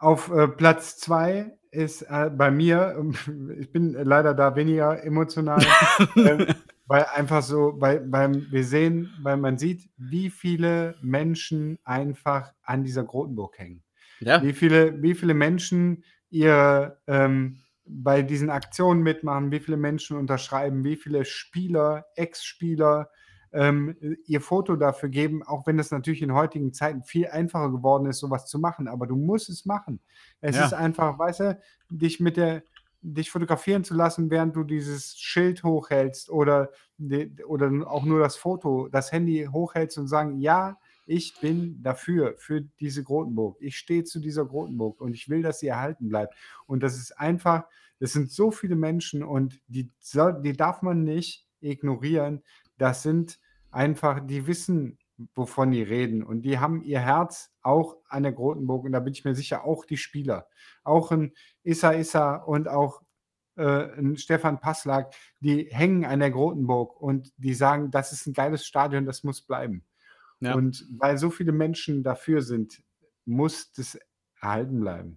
Auf äh, Platz zwei ist äh, bei mir, ähm, ich bin leider da weniger emotional, ähm, weil einfach so, weil, beim, wir sehen, weil man sieht, wie viele Menschen einfach an dieser Grotenburg hängen. Ja, Wie viele, wie viele Menschen ihr ähm, bei diesen Aktionen mitmachen, wie viele Menschen unterschreiben, wie viele Spieler, Ex-Spieler ähm, ihr Foto dafür geben, auch wenn es natürlich in heutigen Zeiten viel einfacher geworden ist, sowas zu machen, aber du musst es machen. Es Ja. ist einfach, weißt du, dich mit der dich fotografieren zu lassen, während du dieses Schild hochhältst oder, die, oder auch nur das Foto, das Handy hochhältst und sagen, ja, ich bin dafür, für diese Grotenburg. Ich stehe zu dieser Grotenburg und ich will, dass sie erhalten bleibt. Und das ist einfach, das sind so viele Menschen und die, soll, die darf man nicht ignorieren. Das sind einfach, die wissen, wovon die reden. Und die haben ihr Herz auch an der Grotenburg. Und da bin ich mir sicher, auch die Spieler. Auch ein Issa Issa und auch äh, ein Stefan Passlack, die hängen an der Grotenburg und die sagen, das ist ein geiles Stadion, das muss bleiben. Ja. Und weil so viele Menschen dafür sind, muss das erhalten bleiben.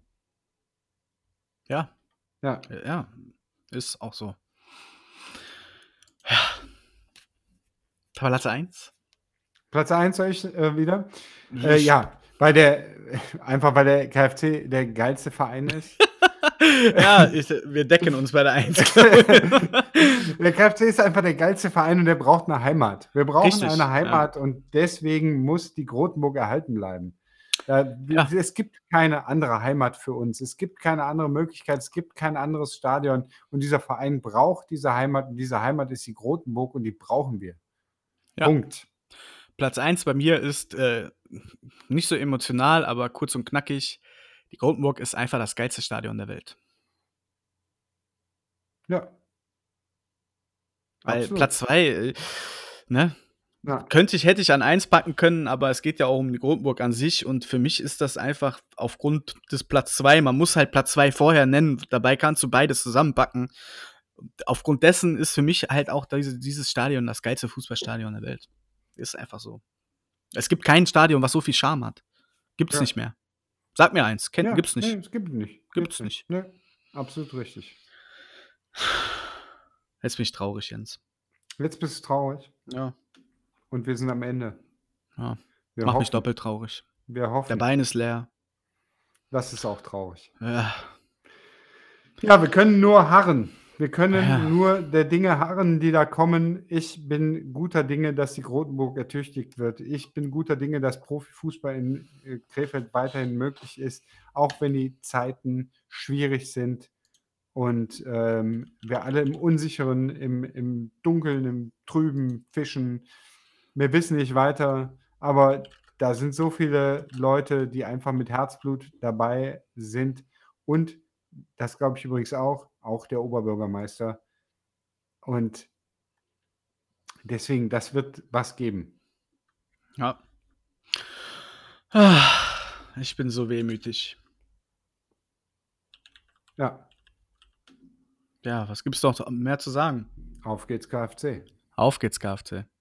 Ja. Ja. Ja. Ist auch so. Ja. Platz eins? Platz eins soll ich äh, wieder? Äh, ja, weil der, einfach weil der K F C der geilste Verein ist. Ja, ich, wir decken uns bei der eins. Der K F C ist einfach der geilste Verein und der braucht eine Heimat. Wir brauchen Richtig, eine Heimat und deswegen muss die Grotenburg erhalten bleiben. Äh, Ja. Es gibt keine andere Heimat für uns. Es gibt keine andere Möglichkeit. Es gibt kein anderes Stadion. Und dieser Verein braucht diese Heimat. Und diese Heimat ist die Grotenburg und die brauchen wir. Ja. Punkt. Platz eins bei mir ist äh, nicht so emotional, aber kurz und knackig. Die Grotenburg ist einfach das geilste Stadion der Welt. Ja. Weil Absolut. Platz zwei, äh, ne? Ja. Könnte ich, hätte ich an eins packen können, aber es geht ja auch um die Grotenburg an sich und für mich ist das einfach aufgrund des Platz zwei, man muss halt Platz zwei vorher nennen, dabei kannst du beides zusammenpacken. Aufgrund dessen ist für mich halt auch diese, dieses Stadion das geilste Fußballstadion der Welt. Ist einfach so. Es gibt kein Stadion, was so viel Charme hat. Gibt's Ja. nicht mehr. Sag mir eins, kennt, Ja, gibt's nicht. Nee, es gibt es nicht. Gibt's nicht. Nee, absolut richtig. Jetzt bin ich traurig, Jens. Jetzt bist du traurig Ja. und wir sind am Ende. ja. Wir Mach mich hoffen, doppelt traurig. wir Der hoffen, Bein ist leer. das ist auch traurig. Ja. Ja, wir können nur harren. Wir können Ja. nur der Dinge harren, die da kommen. Ich bin guter Dinge, dass die Grotenburg ertüchtigt wird. Ich bin guter Dinge, dass Profifußball in äh, Krefeld weiterhin möglich ist, auch wenn die Zeiten schwierig sind und ähm, wir alle im Unsicheren, im, im Dunkeln, im Trüben fischen. Wir wissen nicht weiter, aber da sind so viele Leute, die einfach mit Herzblut dabei sind und das glaube ich übrigens auch, auch der Oberbürgermeister. Und deswegen, das wird was geben. Ja. Ah, Ich bin so wehmütig. Ja, Ja, was gibt's noch mehr zu sagen? auf geht's K F C. Auf geht's, K F C.